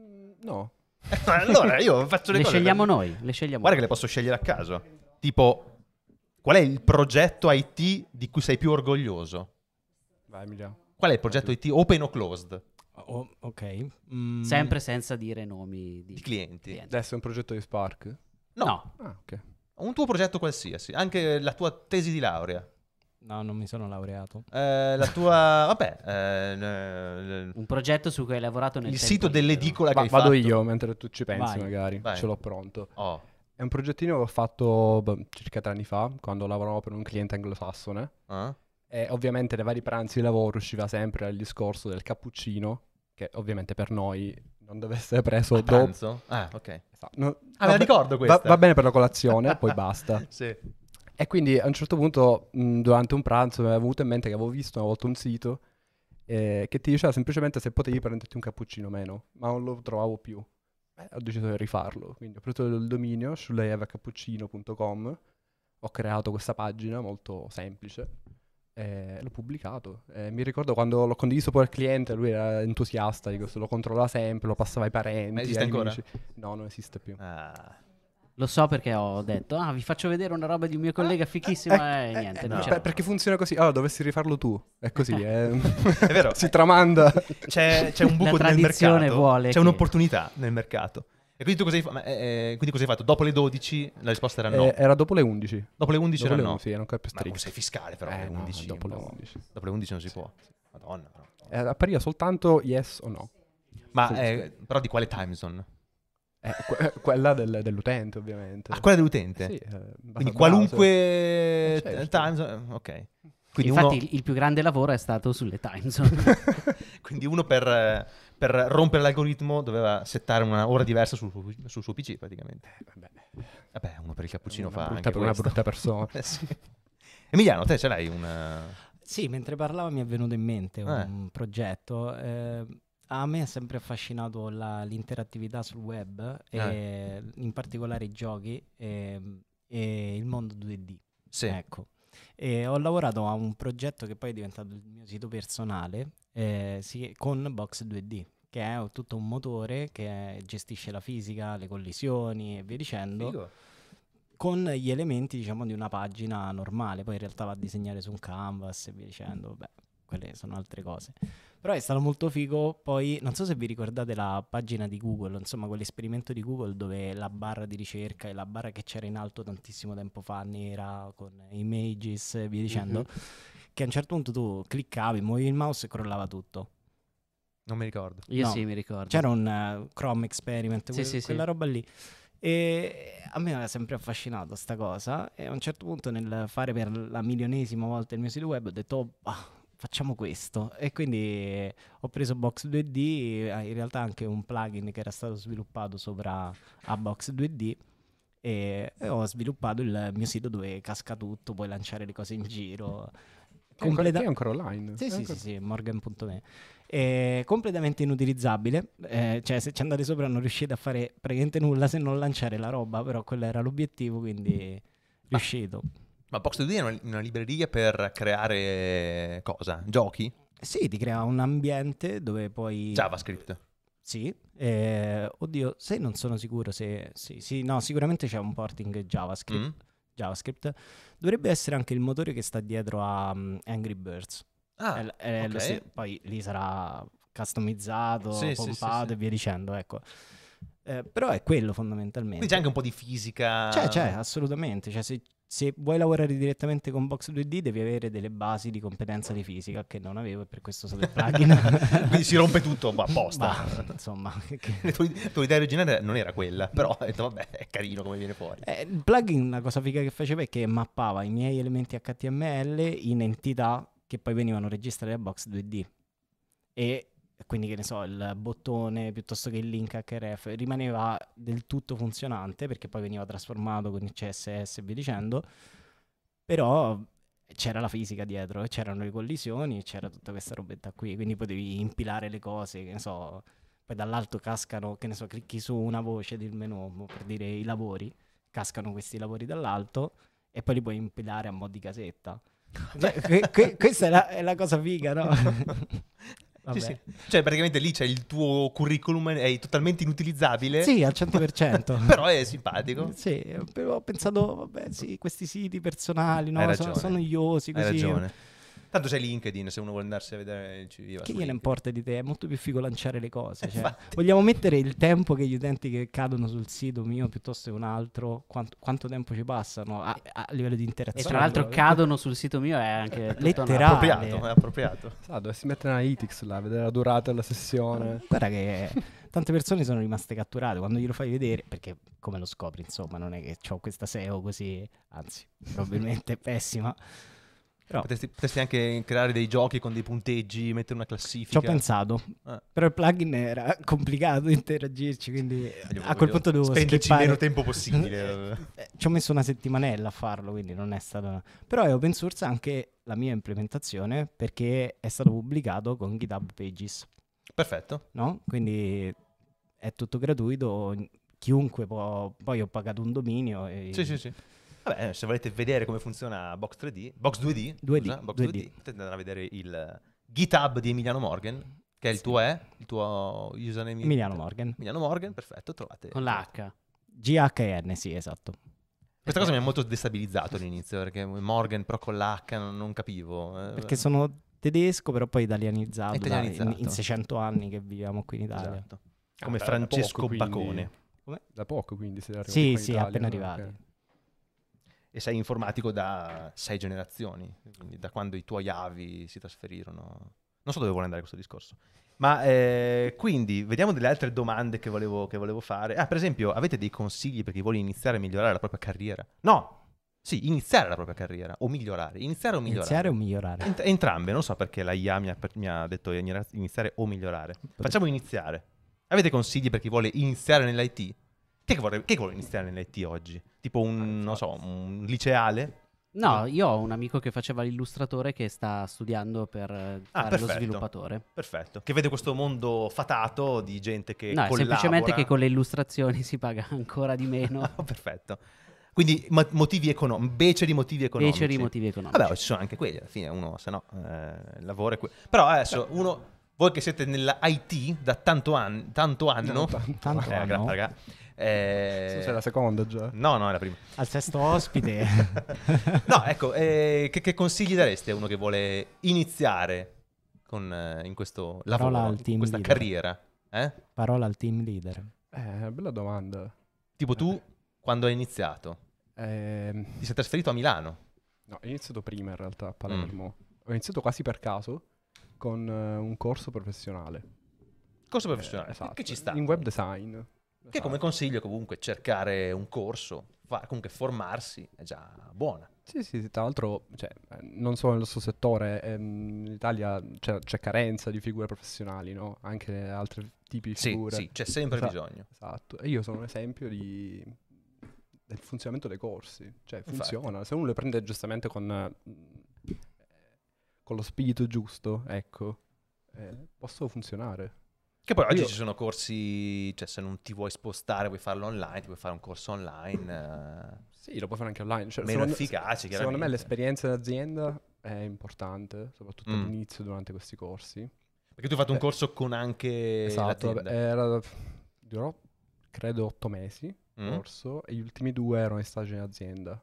No. Allora io faccio le, Le cose sguarda per- noi, le scegliamo Guarda che noi. le posso scegliere a caso. Tipo, qual è il progetto I T di cui sei più orgoglioso? Vai Emiliano. Qual è il progetto I T open o closed Oh, ok. Mm, Sempre senza dire nomi di, di clienti? clienti. Adesso è un progetto di Spark? No, No. Ah, ok. un tuo progetto qualsiasi, anche la tua tesi di laurea. No, non mi sono laureato. Eh, la tua... Vabbè... eh, n- Un progetto su cui hai lavorato nel il tempo sito libero. dell'edicola che Va- hai vado fatto. io mentre tu ci pensi, Vai. magari. Vai. Ce l'ho pronto. Oh. È un progettino che ho fatto boh, circa tre anni fa, quando lavoravo per un cliente anglosassone. Ah? E ovviamente nei vari pranzi di lavoro usciva sempre il discorso del cappuccino, che ovviamente per noi non deve essere preso A dopo. pranzo? Ah, ok. Esatto. No, Ah, me la va- ricordo va, questa. va bene per la colazione, poi basta. Sì. E quindi a un certo punto, mh, durante un pranzo, mi è venuto in mente che avevo visto una volta un sito eh, che ti diceva semplicemente se potevi prenderti un cappuccino o meno, ma non lo trovavo più. Eh, ho deciso di rifarlo, quindi ho preso il dominio should I have a cappuccino punto com, ho creato questa pagina molto semplice e l'ho pubblicato. E mi ricordo quando l'ho condiviso poi al cliente, lui era entusiasta di questo, lo controllava sempre, lo passava ai parenti. Ma esiste ai ancora? amici. No, non esiste più. Ah. Lo so perché ho detto, ah, vi faccio vedere una roba di un mio collega fichissima Eh, e niente. eh, non no, c'è. per- perché funziona così? Allora dovessi rifarlo tu. È così, è, È vero. si tramanda. C'è, c'è un buco La nel tradizione mercato. vuole C'è che- un'opportunità nel mercato. E quindi tu cosa hai, fa- ma, eh, eh, quindi cosa hai fatto? Dopo le dodici la risposta era no. Eh, era dopo le undici. Dopo le undici Dopo era le no. undici, sì, era ancora più Ma stretto. sei fiscale però, Eh, alle no, undici. dopo un le po'. undici. Dopo le undici non si può. Madonna però. Eh, appariva soltanto yes o no. Ma Sì, eh, però di quale time zone? Eh, que- quella del- dell'utente, ovviamente. Ah, quella dell'utente? Sì, eh, Quindi browser. qualunque Eh, certo. time zone, ok. Quindi Infatti uno, il, il più grande lavoro è stato sulle time zone. quindi uno per, eh, per rompere l'algoritmo doveva settare una ora diversa sul, suo- sul suo P C praticamente. Vabbè, Vabbè, uno per il cappuccino una fa brutta, anche per una questo. brutta persona. Eh, sì. Emiliano, te ce l'hai una... Sì, mentre parlava mi è venuto in mente Eh. un progetto. eh, a me è sempre affascinato la- l'interattività sul web, e in particolare i giochi e, e il mondo due D. Sì. Ecco. E ho lavorato a un progetto che poi è diventato il mio sito personale eh, sì, con Box due D, che è tutto un motore che gestisce la fisica, le collisioni e via dicendo, Figo. con gli elementi, diciamo, di una pagina normale. Poi in realtà va a disegnare su un canvas e via dicendo. Vabbè, quelle sono altre cose. Però è stato molto figo. Poi non so se vi ricordate la pagina di Google, insomma quell'esperimento di Google dove la barra di ricerca e la barra che c'era in alto tantissimo tempo fa, nera, con images e via dicendo, che a un certo punto tu cliccavi, muovevi il mouse e crollava tutto. Non mi ricordo. Io No. sì, mi ricordo. C'era un eh, Chrome experiment, Sì, que- sì, sì. quella roba lì. E a me mi ha sempre affascinato sta cosa. E a un certo punto, nel fare per la milionesima volta il mio sito web, ho detto, oh, ah, facciamo questo. E quindi ho preso Box due D, eh, in realtà anche un plugin che era stato sviluppato sopra a Box due D. E, e ho sviluppato il mio sito dove casca tutto, puoi lanciare le cose in giro. Che è ancora, Completa- che è ancora online. Sì, È sì, ancora- sì, sì, morgan punto me. È completamente inutilizzabile, eh, cioè se ci andate sopra non riuscite a fare praticamente nulla se non lanciare la roba, però quello era l'obiettivo, quindi riuscito. Ma Box due D è una, una libreria per creare cosa? Giochi? Sì, ti crea un ambiente dove poi... JavaScript. Sì, eh, oddio, se non sono sicuro se... Sì, sì, no, sicuramente c'è un porting JavaScript. Mm? JavaScript. Dovrebbe essere anche il motore che sta dietro a um, Angry Birds. Ah, È l- è lo ok. ste- poi lì sarà customizzato, Sì, sì, pompato sì, sì. e via dicendo, ecco. Eh, però è quello fondamentalmente. Quindi c'è anche un po' di fisica. C'è, c'è, assolutamente. Cioè, se, se vuoi lavorare direttamente con Box due D devi avere delle basi di competenza di fisica che non avevo e per questo sono del plugin. Quindi si rompe tutto ma apposta. Ma, insomma, che- La tua, la tua idea originale non era quella, però ho detto vabbè, è carino come viene fuori. Eh, il plugin, la cosa figa che faceva è che mappava i miei elementi H T M L in entità che poi venivano registrate a Box due D. E quindi, che ne so, il bottone piuttosto che il link H R F rimaneva del tutto funzionante perché poi veniva trasformato con il C S S e via dicendo. Però c'era la fisica dietro, e c'erano le collisioni, e c'era tutta questa robetta qui. Quindi potevi impilare le cose, che ne so, poi dall'alto cascano, che ne so, clicchi su una voce del menu mo, per dire i lavori, cascano questi lavori dall'alto e poi li puoi impilare a mo' di casetta. Cioè, que- que- questa è la, è la cosa figa, no? Vabbè. Sì, sì. Cioè praticamente lì c'è il tuo curriculum, è totalmente inutilizzabile. Sì, al cento per cento. Però è simpatico. Sì, però ho pensato, vabbè, sì, questi siti personali, no? Hai sono, ragione. sono noiosi Hai così. ragione. Tanto c'è LinkedIn, se uno vuole andarsi a vedere il C V. va Che su gliene LinkedIn. importa di te? È molto più figo lanciare le cose. Cioè, Infatti. vogliamo mettere il tempo che gli utenti che cadono sul sito mio piuttosto che un altro? Quanto, quanto tempo ci passano a, a livello di E interazione? tra l'altro cadono sul sito mio è anche tutta una- Letterale. Appropriato, è appropriato. Sa, dovessi mettere Analytics là, vedere la durata della sessione. Guarda che tante persone sono rimaste catturate quando glielo fai vedere, perché come lo scopri, insomma, non è che ho questa S E O così, anzi, probabilmente è pessima. Però Potresti, potresti anche creare dei giochi con dei punteggi, mettere una ci classifica. ho pensato, Ah. però il plugin era complicato interagirci, quindi Voglio- a quel voglio punto dovevo spenderci il skippare. meno tempo possibile. Eh, Ci ho messo una settimanella a farlo, quindi non è stato... Però è open source anche la mia implementazione, perché è stato pubblicato con GitHub Pages, Perfetto. no? Quindi è tutto gratuito, chiunque può... Poi ho pagato un dominio e... Sì, sì, sì. Vabbè, se volete vedere come funziona Box tre D, Box due D, due D, scusa, Box due due D, D. potete andare a vedere il GitHub di Emiliano Morgan, che è il Sì. tuo è, il tuo username. Emiliano Morgan. Emiliano Morgan, perfetto, trovate. con l'H. G H N, sì, esatto. Questa cosa mi ha molto destabilizzato all'inizio, perché Morgan però con l'H non, non capivo. eh. Perché sono tedesco, però poi italianizzato, dai, Italianizzato. in, in seicento anni che viviamo qui in Italia. Esatto. Come Ah, da- Francesco da poco, quindi. Bacone. Da poco quindi siete arrivati Sì, qua in sì, Italia, appena no? arrivati. Ok. E sei informatico da sei generazioni, quindi da quando i tuoi avi si trasferirono. Non so dove vuole andare questo discorso. Ma eh, quindi, vediamo delle altre domande che volevo, che volevo fare. Ah, per esempio, avete dei consigli per chi vuole iniziare a migliorare la propria carriera? No! Sì, iniziare la propria carriera, o migliorare. Iniziare o migliorare? Iniziare o migliorare? Ent- entrambe, non so perché la I A mi ha, per- mi ha detto iniziare o migliorare. Facciamo iniziare. Avete consigli per chi vuole iniziare nell'I T? Chi è che vuole, chi è che vuole iniziare nell'I T oggi? Tipo un, non so, un liceale? No, io ho un amico che faceva l'illustratore che sta studiando per eh, Ah, fare lo perfetto. sviluppatore. Perfetto. Che vede questo mondo fatato di gente che No, è collabora. semplicemente che con le illustrazioni si paga ancora di meno. Oh, perfetto. Quindi ma- motivi economici, beceri motivi economici. Beceri motivi economici. Vabbè, ci sono anche quelli, alla fine uno, se no, eh, lavora e que- Però adesso, uno, voi che siete nella I T da tanto, an- tanto anno... No, tanto. Tanto Eh, anno. gra- raga, eh, Sì, sei la seconda già. No, no, è la prima. Al sesto ospite. No, ecco, eh, che, che consigli daresti a uno che vuole iniziare con, eh, in questo lavoro, Parola al in team questa leader. carriera? Eh? Parola al team leader. Eh, bella domanda. Tipo tu, quando hai iniziato, Ehm, ti sei trasferito a Milano. no, ho iniziato prima in realtà a Palermo. Ho iniziato quasi per caso con eh, un corso professionale. Corso professionale, Eh, esatto, che ci sta. in web design. Che Esatto. come consiglio comunque cercare un corso, fa- comunque formarsi è già buona. Sì, sì, sì, tra l'altro, cioè, eh, non solo nel nostro settore, ehm, in Italia c'è, c'è carenza di figure professionali, no? Anche altri tipi di Sì, figure. sì, c'è sempre Esatto. bisogno. Esatto, e io sono un esempio di, del funzionamento dei corsi, cioè Infatti. funziona, se uno le prende giustamente con, eh, con lo spirito giusto, ecco, eh, possono funzionare. Che poi oggi Io- ci sono corsi, cioè se non ti vuoi spostare, vuoi farlo online, ti puoi fare un corso online. Sì, lo puoi fare anche online. Cioè, Meno secondo, efficaci, Secondo me chiaramente. l'esperienza d'azienda è importante, soprattutto Mm. all'inizio durante questi corsi. eh, perché tu hai fatto un Eh, corso con anche Esatto, l'azienda. era, durò credo otto mesi Mm. corso e gli ultimi due erano in stage in azienda.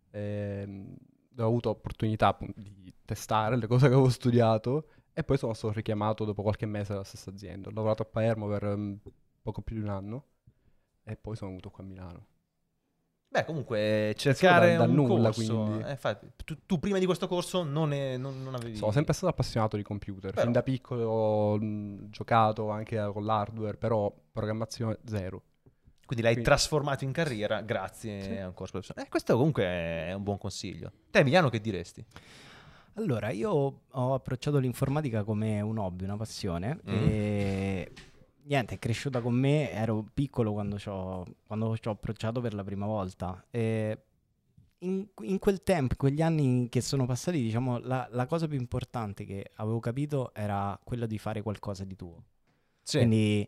Ehm, ho avuto opportunità appunto, di testare le cose che avevo studiato e poi sono stato richiamato dopo qualche mese alla stessa azienda. Ho lavorato a Palermo per um, poco più di un anno e poi sono venuto qua a Milano. Beh, comunque cercare da- da un nulla, corso. quindi. eh, infatti, tu, tu prima di questo corso non, è, non, non avevi. Sono sempre stato appassionato di computer. Però- Fin da piccolo ho mh, giocato anche con l'hardware, però programmazione zero. Quindi l'hai Quindi- trasformato in carriera grazie Sì. a un corso professionale. Eh, questo comunque è un buon consiglio. Te, Emiliano, che diresti? Allora, io ho approcciato l'informatica come un hobby, una passione. Mm. E niente, è cresciuta con me. Ero piccolo quando ci ho, quando ci ho approcciato per la prima volta. E in, in quel tempo, in quegli anni che sono passati, diciamo, la, la cosa più importante che avevo capito era quella di fare qualcosa di tuo. Quindi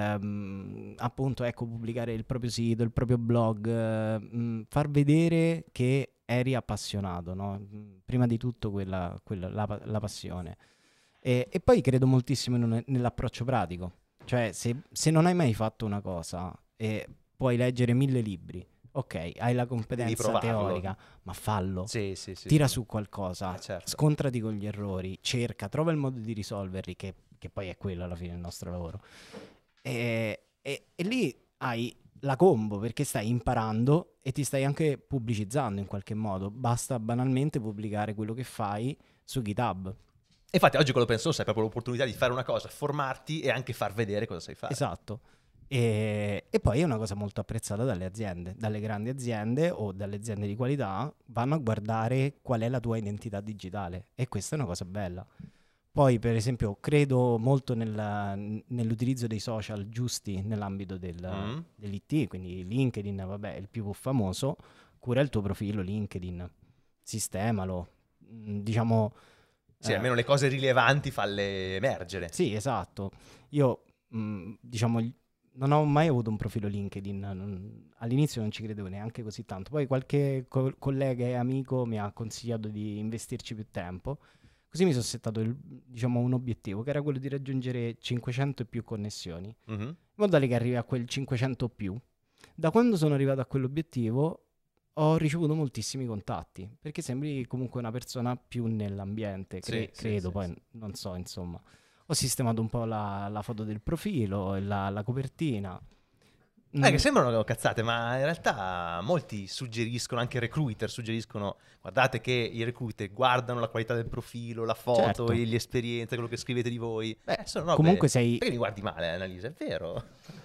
ehm, appunto ecco, pubblicare il proprio sito, il proprio blog, eh, mh, far vedere che eri appassionato, no? Mh, Prima di tutto quella, quella- la, pa- la passione. E, e poi credo moltissimo in un- nell'approccio pratico. Cioè se, se non hai mai fatto una cosa e puoi leggere mille libri, Ok, hai la competenza provarlo. teorica, ma fallo. Sì, sì, sì. Tira sì. su qualcosa, Eh, certo. scontrati con gli errori, cerca, trova il modo di risolverli, che, che poi è quello alla fine del nostro lavoro. E, e- e lì hai la combo, perché stai imparando e ti stai anche pubblicizzando in qualche modo. Basta banalmente pubblicare quello che fai su GitHub. Infatti oggi con l'open source hai proprio l'opportunità di fare una cosa, formarti e anche far vedere cosa sai fare. Esatto. E, e poi è una cosa molto apprezzata dalle aziende, dalle grandi aziende o dalle aziende di qualità, vanno a guardare qual è la tua identità digitale e questa è una cosa bella. Poi per esempio credo molto nella- nell'utilizzo dei social giusti nell'ambito del, Mm. dell'I T, quindi LinkedIn, vabbè, è il più famoso, cura il tuo profilo LinkedIn, sistemalo, mm, diciamo... Sì, eh, almeno le cose rilevanti falle emergere. sì, esatto. Io, mh, diciamo, gli- non ho mai avuto un profilo LinkedIn. non- all'inizio non ci credevo neanche così tanto. Poi qualche co- collega e amico mi ha consigliato di investirci più tempo. Così mi sono settato, il- diciamo, un obiettivo, che era quello di raggiungere cinquecento e più connessioni, in Mhm. modo tale che arrivi a quel cinquecento più. Da quando sono arrivato a quell'obiettivo ho ricevuto moltissimi contatti, perché sembri comunque una persona più nell'ambiente, cre- Sì, sì, credo, sì, poi sì. non so, insomma. Ho sistemato un po' la, la foto del profilo, e la, la copertina. Eh, Mm, che sembrano cazzate, ma in realtà molti suggeriscono, anche recruiter suggeriscono, guardate che i recruiter guardano la qualità del profilo, la foto, Certo. e le esperienze, quello che scrivete di voi. Beh, Eh, sono robe- comunque sei- Perché mi guardi male, Annalisa? È vero.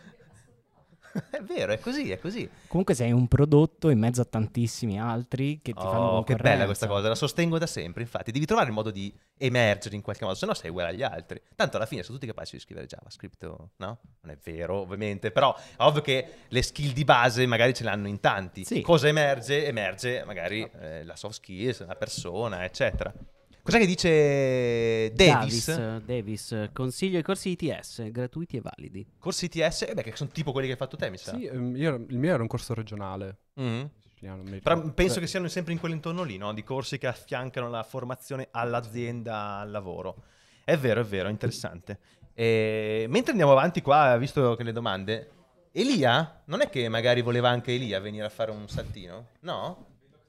È vero, è così, è così. comunque sei un prodotto in mezzo a tantissimi altri che ti fanno Oh, che concorrenza. bella questa cosa, la sostengo da sempre, infatti. Devi trovare il modo di emergere in qualche modo, se no sei uguale agli altri. Tanto alla fine sono tutti capaci di scrivere JavaScript, o- no? Non è vero, ovviamente, però è ovvio che le skill di base magari ce l'hanno in tanti. Sì. Cosa emerge? Emerge magari eh, la soft skills, la persona, eccetera. Cos'è che dice Davis? Davis, Davis, consiglio i corsi I T S, gratuiti e validi. Corsi I T S? Eh beh, che sono tipo quelli che hai fatto te, mi sa. Sì, ehm, io ero- il mio era un corso regionale. Mhm. siciliano, non mi Però ricordo. penso Beh, che siano sempre in quell'intorno lì, no? Di corsi che affiancano la formazione all'azienda, al lavoro. È vero, è vero, interessante. E mentre andiamo avanti qua, visto che le domande, Elia, non è che magari voleva anche Elia venire a fare un saltino? No?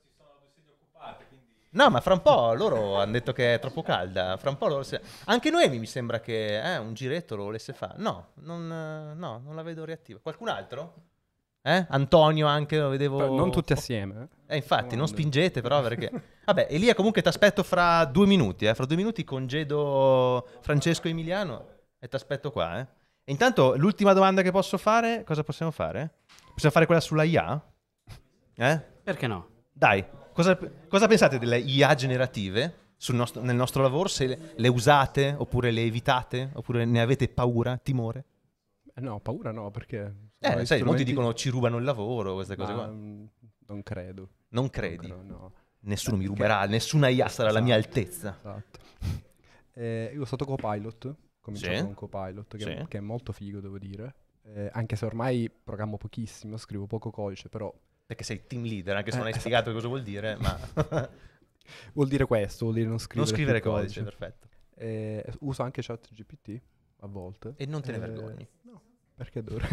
No, ma fra un po' loro hanno detto che è troppo calda. Fra un po' loro se- anche Noemi mi sembra che eh, un giretto lo volesse fare. No, non, eh, no, non la vedo reattiva. Qualcun altro? Eh? Antonio anche lo vedevo. però non tutti assieme. Eh, infatti, non Domande. spingete però perché... Vabbè, Elia comunque ti aspetto fra due minuti, eh. Fra due minuti congedo Francesco Emiliano e ti aspetto qua, eh. E intanto, l'ultima domanda che posso fare, cosa possiamo fare? Possiamo fare quella sulla I A? Eh? Perché no? Dai, cosa, cosa pensate delle I A generative sul nostro- nel nostro lavoro? Se le, le usate, oppure le evitate, oppure ne avete paura, timore? Eh, no, paura no, perché... Eh, sono sai, molti strumenti- dicono ci rubano il lavoro, queste cose Ma, qua. mm, non credo. Non credi? Non credo, no. Nessuno mi Perché- ruberà, nessuna I A sarà alla mia Esatto, altezza. Esatto. Eh, io ho stato Copilot, cominciato Sì. con Copilot, che, Sì. che è molto figo, devo dire. Eh, anche se ormai programmo pochissimo, scrivo poco codice, però Perché sei team leader, anche se non hai Eh, spiegato cosa vuol dire, ma vuol dire questo, vuol dire non scrivere, non scrivere più codice, perfetto. Eh, uso anche ChatGPT a volte. E non te ne Eh, vergogni. No, perché dovrei?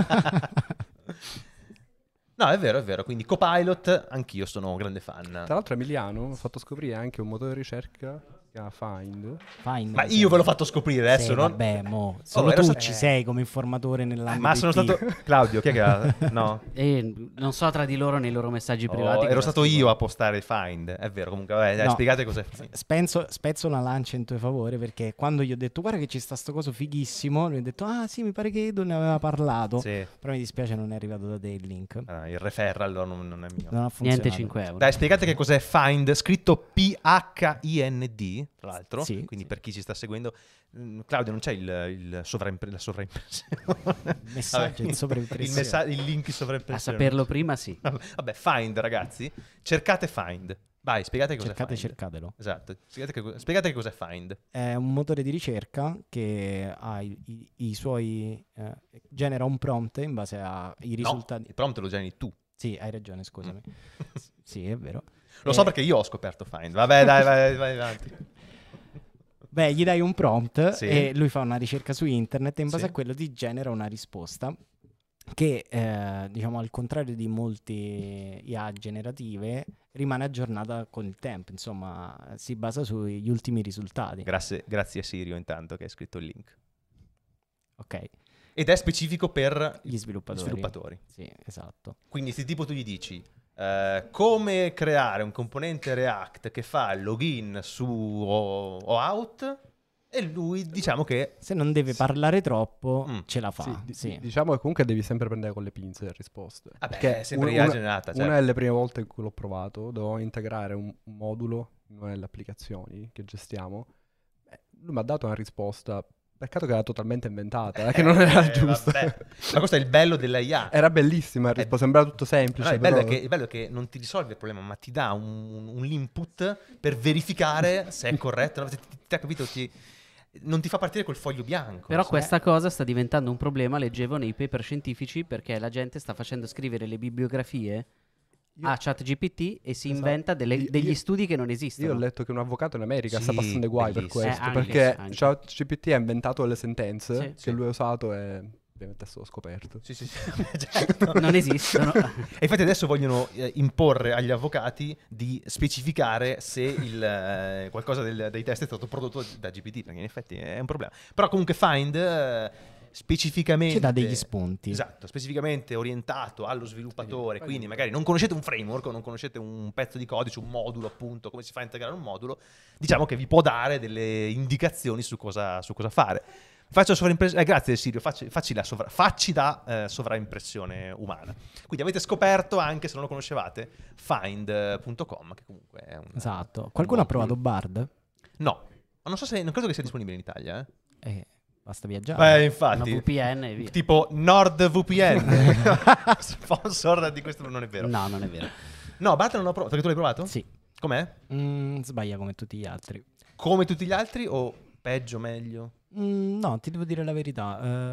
No, è vero, è vero. Quindi Copilot, anch'io sono un grande fan. Tra l'altro Emiliano mi ha fatto scoprire anche un motore di ricerca che ha Find. Fine, Ma io ve l'ho fatto scoprire adesso, Sì, no? vabbè, mo. Solo ero tu sta- ci eh. sei come informatore nell'ambito Ma sono I T. stato... Claudio, chi è che ha... No. E non so tra di loro nei loro messaggi Oh, privati. ero cosa stato scrivono. io a postare Find. È vero, comunque, vabbè, dai, No. spiegate cos'è Find. Spenzo, spezzo una lancia in tuo favore perché quando gli ho detto guarda che ci sta sto coso fighissimo, lui ha detto ah sì mi pare che Edo ne aveva parlato, Sì. però mi dispiace non è arrivato da te il link, Ah, il referral non, non è mio. non ha funzionato. Niente cinque euro. Dai, spiegate che cos'è Find, scritto P H I N D, tra l'altro, Sì, quindi sì. per chi ci sta seguendo. Mm, Claudio, non c'è il, il sovraimp- la sovraimpressione? Messaggio in sovraimpressione. il, messa- il link in A sovraimpressione. saperlo prima sì. Vabbè, Find, ragazzi. Cercate Find. Vai, spiegate che cos'è Cercate, Find. cercatelo. Esatto, spiegate che, spiegate che cos'è Find. È un motore di ricerca che ha i, i- i suoi eh, genera un prompt in base ai risultati. No, il prompt lo generi tu. Sì, hai ragione, scusami. S- sì, è vero. Lo so Eh, perché io ho scoperto Find. Vabbè, dai, vai, vai avanti. Beh, gli dai un prompt Sì. e lui fa una ricerca su internet e in base Sì. a quello ti genera una risposta che eh, diciamo al contrario di molti I A generative rimane aggiornata con il tempo, insomma si basa sugli ultimi risultati. Grazie, grazie a Sirio intanto che hai scritto il link. Ok, Ed è specifico per gli sviluppatori. gli sviluppatori. Sì, esatto. Quindi se tipo tu gli dici eh, come creare un componente React che fa il login su o, o out, e lui diciamo che Se non deve parlare troppo, Mm. ce la fa. Sì, di- sì. diciamo che comunque devi sempre prendere con le pinze le risposte. vabbè, Perché è sempre un- I A una- generata, Una certo. delle prime volte in cui l'ho provato, dovevo integrare un, un modulo in una delle applicazioni che gestiamo. Beh, lui mi ha dato una risposta, peccato che era totalmente inventata, eh, che non era Eh, giusta. vabbè. Ma questo è il bello dell'A I A. Era bellissima la risposta, sembrava tutto semplice. No, il, bello è però- che, il bello è che non ti risolve il problema, ma ti dà un, un input per verificare se è corretto. No? Ti, ti- ti ha capito? Ti- non ti fa partire col foglio bianco. Però Sì. questa cosa sta diventando un problema, leggevo nei paper scientifici, perché la gente sta facendo scrivere le bibliografie Io- a ChatGPT e si Esatto. inventa delle- Io- degli io- studi che non Io esistono. ho letto che un avvocato in America sta Sì, passando dei guai per bellissimo. questo, Eh, anche, perché anche. ChatGPT ha inventato delle sentenze Sì, che sì. lui ha usato e ovviamente è stato scoperto. Sì, sì, sì. Certo. Non esistono. E infatti adesso vogliono eh, imporre agli avvocati di specificare se il, eh, qualcosa del- dei test è stato prodotto da G P T, perché in effetti è un problema. Però comunque Find eh, specificamente... Ci dà degli spunti. Esatto, specificamente orientato allo sviluppatore, quindi magari non conoscete un framework o non conoscete un pezzo di codice, un modulo appunto, come si fa a integrare un modulo, diciamo che vi può dare delle indicazioni su cosa, su cosa fare. Faccio sovraimpressione, eh, grazie Sirio, facci, facci, la sovra- facci da eh, sovraimpressione umana. Quindi avete scoperto, anche se non lo conoscevate, find punto com, che comunque è un... Esatto. Qualcuno ha un provato modulo. Bard? No, ma non so se, non credo che sia disponibile in Italia, eh. Eh, basta viaggiare. Beh, Una infatti, V P N e via. tipo NordVPN, sponsor di questo, non è vero. No, non è vero. No, Bard non l'ho provato, perché tu l'hai provato? Sì. Com'è? Mm, sbaglia come tutti gli altri. Come tutti gli altri o peggio, meglio? Mm, no, ti devo dire la verità. eh,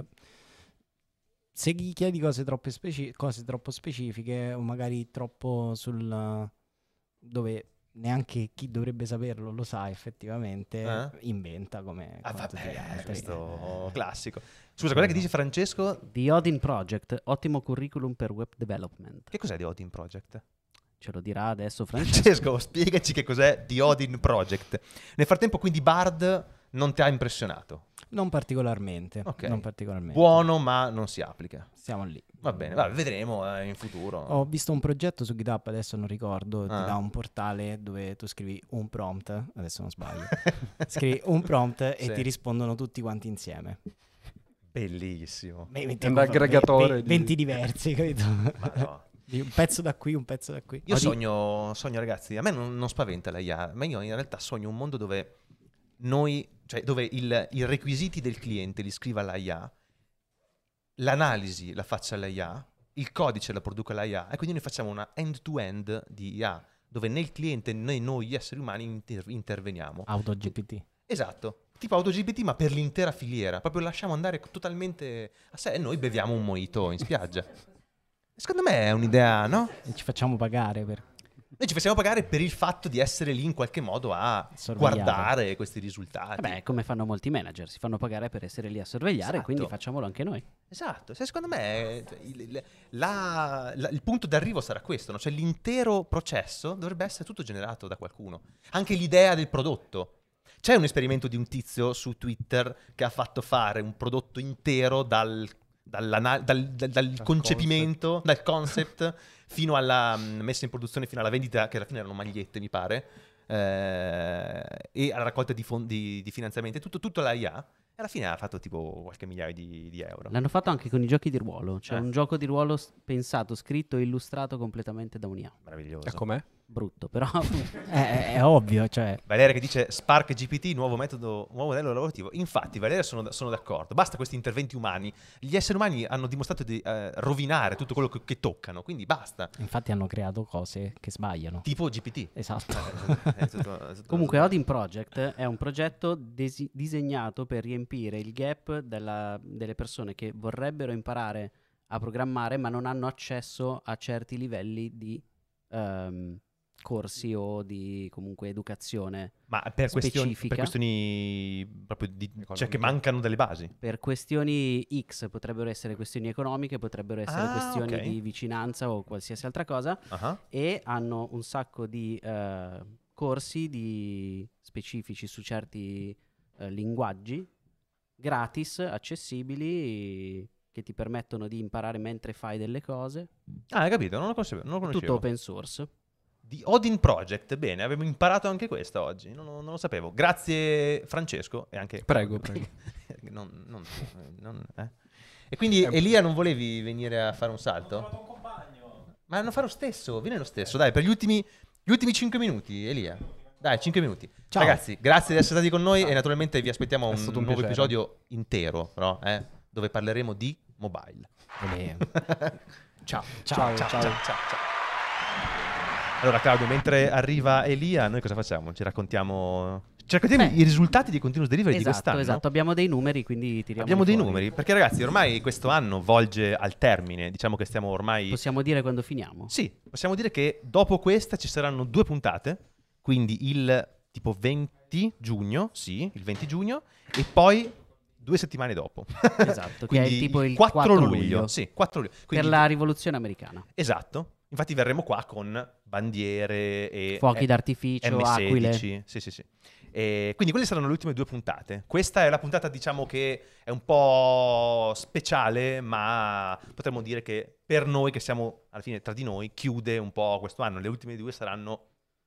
se gli chiedi cose troppo, speci- cose troppo specifiche o magari troppo sul... dove neanche chi dovrebbe saperlo lo sa effettivamente, Eh? inventa come, Ah, come tutti gli vabbè, altri. questo classico. Scusa, quella che dice Francesco, The Odin Project, ottimo curriculum per web development. che cos'è The Odin Project? Ce lo dirà adesso Francesco. Francesco, spiegaci che cos'è The Odin Project. Nel frattempo, quindi, Bard non ti ha impressionato. Non particolarmente. Ok. Non particolarmente. Buono, ma non si applica. Siamo lì. Va bene, va, vedremo eh, in futuro. Ho visto un progetto su GitHub, adesso non ricordo, Ah. ti dà un portale dove tu scrivi un prompt, adesso non sbaglio, scrivi un prompt e Sì. ti rispondono tutti quanti insieme. Bellissimo. Beh, metti È un come- aggregatore ve- di- venti diversi, capito? Ma no. Di un pezzo da qui, un pezzo da qui. Io Odi- sogno, sogno, ragazzi, a me non, non spaventa l'A I A, ma io in realtà sogno un mondo dove noi, cioè dove il- i requisiti del cliente li scriva l'A I A, l'analisi la faccia l'A I A, il codice la produca l'A I A, e quindi noi facciamo una end-to-end di I A, dove né il cliente né noi esseri umani inter- interveniamo. AutoGPT. Esatto, tipo AutoGPT ma per l'intera filiera, proprio lasciamo andare totalmente a sé e noi beviamo un mojito in spiaggia. Secondo me è un'idea, no? E ci facciamo pagare per... Noi ci facciamo pagare per il fatto di essere lì in qualche modo a Sorvegliare. guardare questi risultati. Vabbè, come fanno molti manager, si fanno pagare per essere lì a sorvegliare, Esatto. quindi facciamolo anche noi. Esatto, se secondo me cioè, il, il- la- la- il punto d'arrivo sarà questo, no? Cioè l'intero processo dovrebbe essere tutto generato da qualcuno. Anche l'idea del prodotto. C'è un esperimento di un tizio su Twitter che ha fatto fare un prodotto intero dal, dall'ana- dal- dal- dal Dal concepimento, dal concept, fino alla mm, messa in produzione, fino alla vendita, che alla fine erano magliette, mi pare, eh, e alla raccolta di, fondi, di finanziamenti, tutto, tutto l'A I A. E alla fine ha fatto tipo qualche migliaio di, di euro. L'hanno fatto anche con i giochi di ruolo. C'è Eh. un gioco di ruolo s- pensato, scritto e illustrato completamente da un I A. Meraviglioso. E com'è? Brutto, però È, è- è ovvio, cioè... Valeria che dice Spark G P T, nuovo metodo, nuovo modello lavorativo. Infatti, Valeria, sono, sono d'accordo. Basta questi interventi umani. Gli esseri umani hanno dimostrato di eh, rovinare tutto quello che, che toccano. Quindi basta. Infatti hanno creato cose che sbagliano. Tipo G P T. Esatto. Eh, è tutto- è tutto- comunque Odin Project è un progetto desi- disegnato per riempire il gap della- delle persone che vorrebbero imparare a programmare ma non hanno accesso a certi livelli di ehm, corsi o di comunque educazione. Ma per questioni, Specifica. per questioni proprio di, cioè Economiche. che mancano delle basi. Per questioni X potrebbero essere questioni economiche, potrebbero essere Ah, questioni ok. di vicinanza o qualsiasi altra cosa, Ah, e hanno un sacco di eh, corsi di specifici su certi eh, linguaggi gratis, accessibili, che ti permettono di imparare mentre fai delle cose. Ah, hai capito, non lo conoscevo. Non lo Tutto conoscevo. open source. Di Odin Project, bene, avevo imparato anche questo oggi, non, non lo sapevo. Grazie Francesco e anche... Prego, prego. non, non, non- eh. E quindi Elia non volevi venire a fare un salto? Ma non fa lo stesso, viene lo stesso, dai, per gli ultimi, gli ultimi cinque minuti, Elia. Dai, cinque minuti. Ciao. Ragazzi, grazie di essere stati con noi e naturalmente vi aspettiamo a È un, stato un nuovo piacere. episodio intero, però, eh, dove parleremo di mobile. Ciao. Ciao, ciao, ciao, ciao, ciao. Allora Claudio, mentre arriva Elia, noi cosa facciamo? Ci raccontiamo, ci raccontiamo Beh. i risultati di Continuous Delivery di Esatto, quest'anno? esatto. Abbiamo dei numeri, quindi tiriamo Abbiamo dei numeri, perché ragazzi ormai questo anno volge al termine, diciamo che stiamo ormai... Possiamo dire quando finiamo? Sì, possiamo dire che dopo questa ci saranno due puntate, quindi il tipo venti giugno, sì, il venti giugno, e poi due settimane dopo. Esatto, che è Quindi il tipo il quattro, quattro luglio. luglio. Sì, quattro luglio. Quindi- Per la rivoluzione americana. Esatto. Infatti verremo qua con bandiere e Fuochi eh, d'artificio, M aquile. sedici. Sì, sì, sì. E quindi quelle saranno le ultime due puntate. Questa è la puntata, diciamo, che è un po' speciale, ma potremmo dire che per noi che siamo alla fine tra di noi chiude un po' questo anno. Le ultime due saranno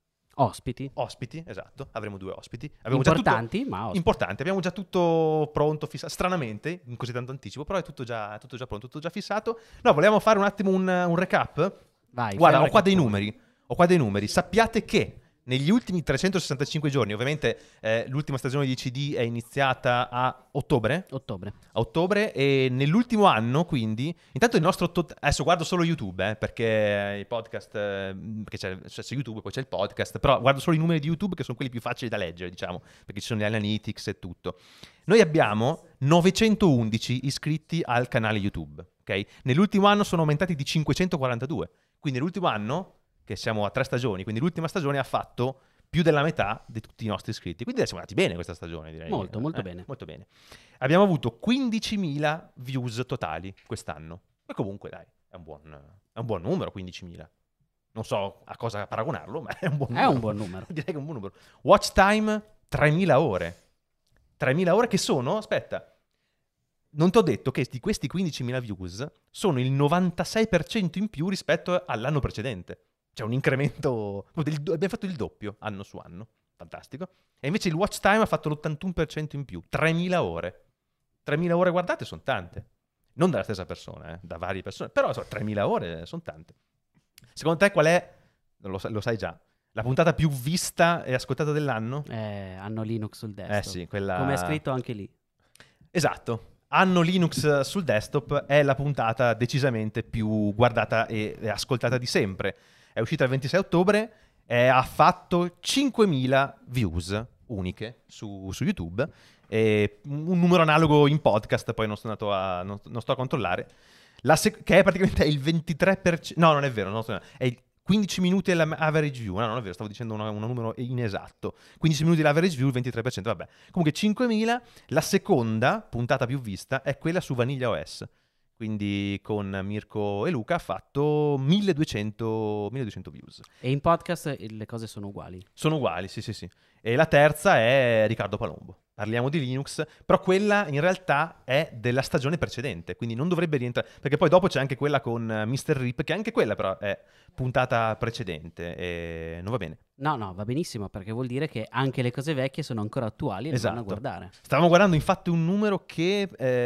Ospiti. ospiti, esatto. Avremo due ospiti. Abbiamo già tutto- Importanti, ma ospiti. Importante, abbiamo già tutto pronto, fissato, stranamente, in così tanto anticipo, però è tutto già, tutto già pronto, tutto già fissato. No, volevamo fare un attimo un, un recap. Vai, Guarda, fai ho qua dei un numeri, ho qua dei numeri. Sappiate che negli ultimi trecentosessantacinque giorni, ovviamente eh, l'ultima stagione di C D è iniziata a ottobre, Ottobre. a ottobre, e nell'ultimo anno, quindi, intanto il nostro tot- adesso guardo solo YouTube, eh, perché i podcast, eh, perché c'è, c'è su YouTube, poi c'è il podcast, però guardo solo i numeri di YouTube che sono quelli più facili da leggere, diciamo, perché ci sono le analytics e tutto. Noi abbiamo novecentoundici iscritti al canale YouTube, ok? Nell'ultimo anno sono aumentati di cinquecentoquarantadue, quindi nell'ultimo anno, che siamo a tre stagioni, quindi l'ultima stagione ha fatto più della metà di tutti i nostri iscritti. Quindi siamo andati bene questa stagione, direi. Molto, molto Eh, bene. Molto bene. Abbiamo avuto quindicimila views totali quest'anno. E comunque, dai, è un buon, è un buon numero, quindicimila. Non so a cosa paragonarlo, ma è un buon È numero. un buon numero. Direi che è un buon numero. Watch time, tremila ore. tremila ore che sono, aspetta, non ti ho detto che di questi quindicimila views sono il novantasei per cento in più rispetto all'anno precedente. C'è un incremento, del- abbiamo fatto il doppio anno su anno, fantastico. E invece il watch time ha fatto l'ottantuno per cento in più, tremila ore. tremila ore guardate sono tante. Non dalla stessa persona, eh, da varie persone, però so, tremila ore sono tante. Secondo te qual è, lo, sa- lo sai già, la puntata più vista e ascoltata dell'anno? Eh, hanno Linux sul desktop. Eh sì, quella... Come è scritto anche lì. Esatto. Hanno Linux sul desktop è la puntata decisamente più guardata e, e ascoltata di sempre. È uscita il ventisei ottobre e ha fatto cinquemila views uniche su, su YouTube. E un numero analogo in podcast, poi non, sono andato a, non, non sto a controllare. La sec- che è praticamente il ventitré per cento. No, non è vero, non sto- è il quindici minuti l'average view. No, non è vero, stavo dicendo un, un numero inesatto. quindici minuti l'average view, il ventitré per cento, vabbè. Comunque cinquemila. La seconda puntata più vista è quella su Vanilla O S. Quindi con Mirko e Luca ha fatto milleduecento, milleduecento views. E in podcast eh, le cose sono uguali. Sono uguali, sì, sì, sì. E la terza è Riccardo Palombo. Parliamo di Linux, però quella in realtà è della stagione precedente, quindi non dovrebbe rientrare, perché poi dopo c'è anche quella con eh, mister Rip, che anche quella però è puntata precedente e non va bene. No, no, va benissimo, perché vuol dire che anche le cose vecchie sono ancora attuali e le vanno a Esatto. guardare. Stavamo guardando infatti un numero che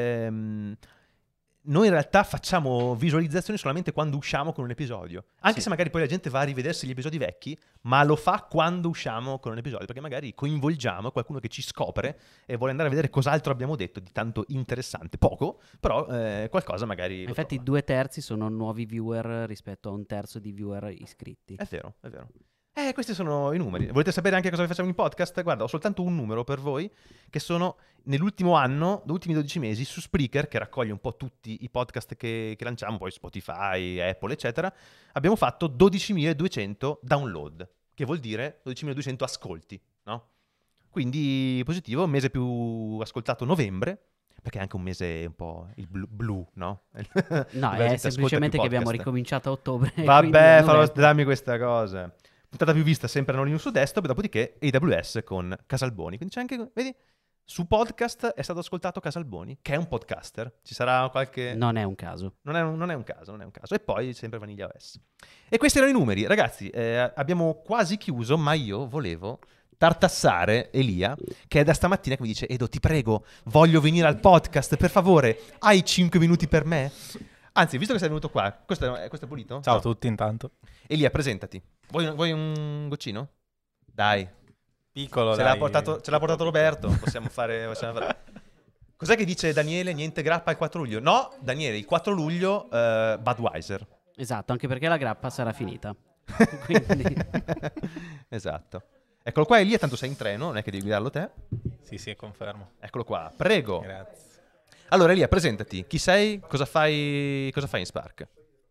ehm, noi in realtà facciamo visualizzazioni solamente quando usciamo con un episodio. Anche Sì. se magari poi la gente va a rivedersi gli episodi vecchi, ma lo fa quando usciamo con un episodio, perché magari coinvolgiamo qualcuno che ci scopre e vuole andare a vedere cos'altro abbiamo detto di tanto interessante. Poco, però eh, qualcosa magari lo Infatti trova. due terzi sono nuovi viewer rispetto a un terzo di viewer iscritti. È vero, è vero. Eh, questi sono i numeri. Volete sapere anche cosa facciamo in podcast? Guarda, ho soltanto un numero per voi, che sono nell'ultimo anno, negli ultimi dodici mesi, su Spreaker, che raccoglie un po' tutti i podcast che, che lanciamo, poi Spotify, Apple, eccetera, abbiamo fatto dodicimiladuecento download, che vuol dire dodicimiladuecento ascolti, no? Quindi positivo, mese più ascoltato novembre, perché è anche un mese un po' il blu, blu no? No, Dove la è gente ascolta semplicemente più che abbiamo podcast. ricominciato a ottobre. quindi Vabbè, a fallo, novembre. dammi questa cosa. Puntata più vista sempre anonimo su desktop, dopodiché A W S con Casalboni. Quindi c'è anche, vedi, su podcast è stato ascoltato Casalboni, che è un podcaster. Ci sarà qualche... Non è un caso. Non è un, non è un caso, non è un caso. E poi sempre Vaniglia O S. E questi erano i numeri. Ragazzi, eh, abbiamo quasi chiuso, ma io volevo tartassare Elia, che è da stamattina che mi dice: Edo, ti prego, voglio venire al podcast, per favore, hai cinque minuti per me? Anzi, visto che sei venuto qua, questo è, questo è pulito? Ciao a No. tutti intanto. Elia, presentati. Vuoi, vuoi un goccino? Dai. Piccolo, Ce dai. l'ha portato, ce l'ha portato Roberto, possiamo fare, possiamo fare. Cos'è che dice Daniele? Niente grappa il quattro luglio? No, Daniele, il quattro luglio eh, Budweiser. Esatto, anche perché la grappa sarà finita. Quindi... Esatto. Eccolo qua Elia, tanto sei in treno, non è che devi guidarlo te. Sì, sì, confermo. Eccolo qua, prego. Grazie. Allora Elia, presentati. Chi sei? Cosa fai, cosa fai in Spark?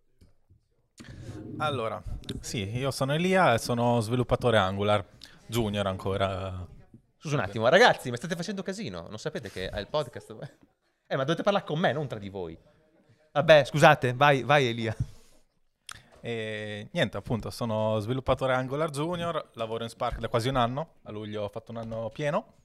Allora, sì, io sono Elia e sono sviluppatore Angular, junior ancora. Scusa un attimo, ragazzi, ma state facendo casino? Non sapete che è il podcast? Eh, ma dovete parlare con me, non tra di voi. Vabbè, scusate, vai, vai Elia. E niente, appunto, sono sviluppatore Angular junior, lavoro in Spark da quasi un anno, a luglio ho fatto un anno pieno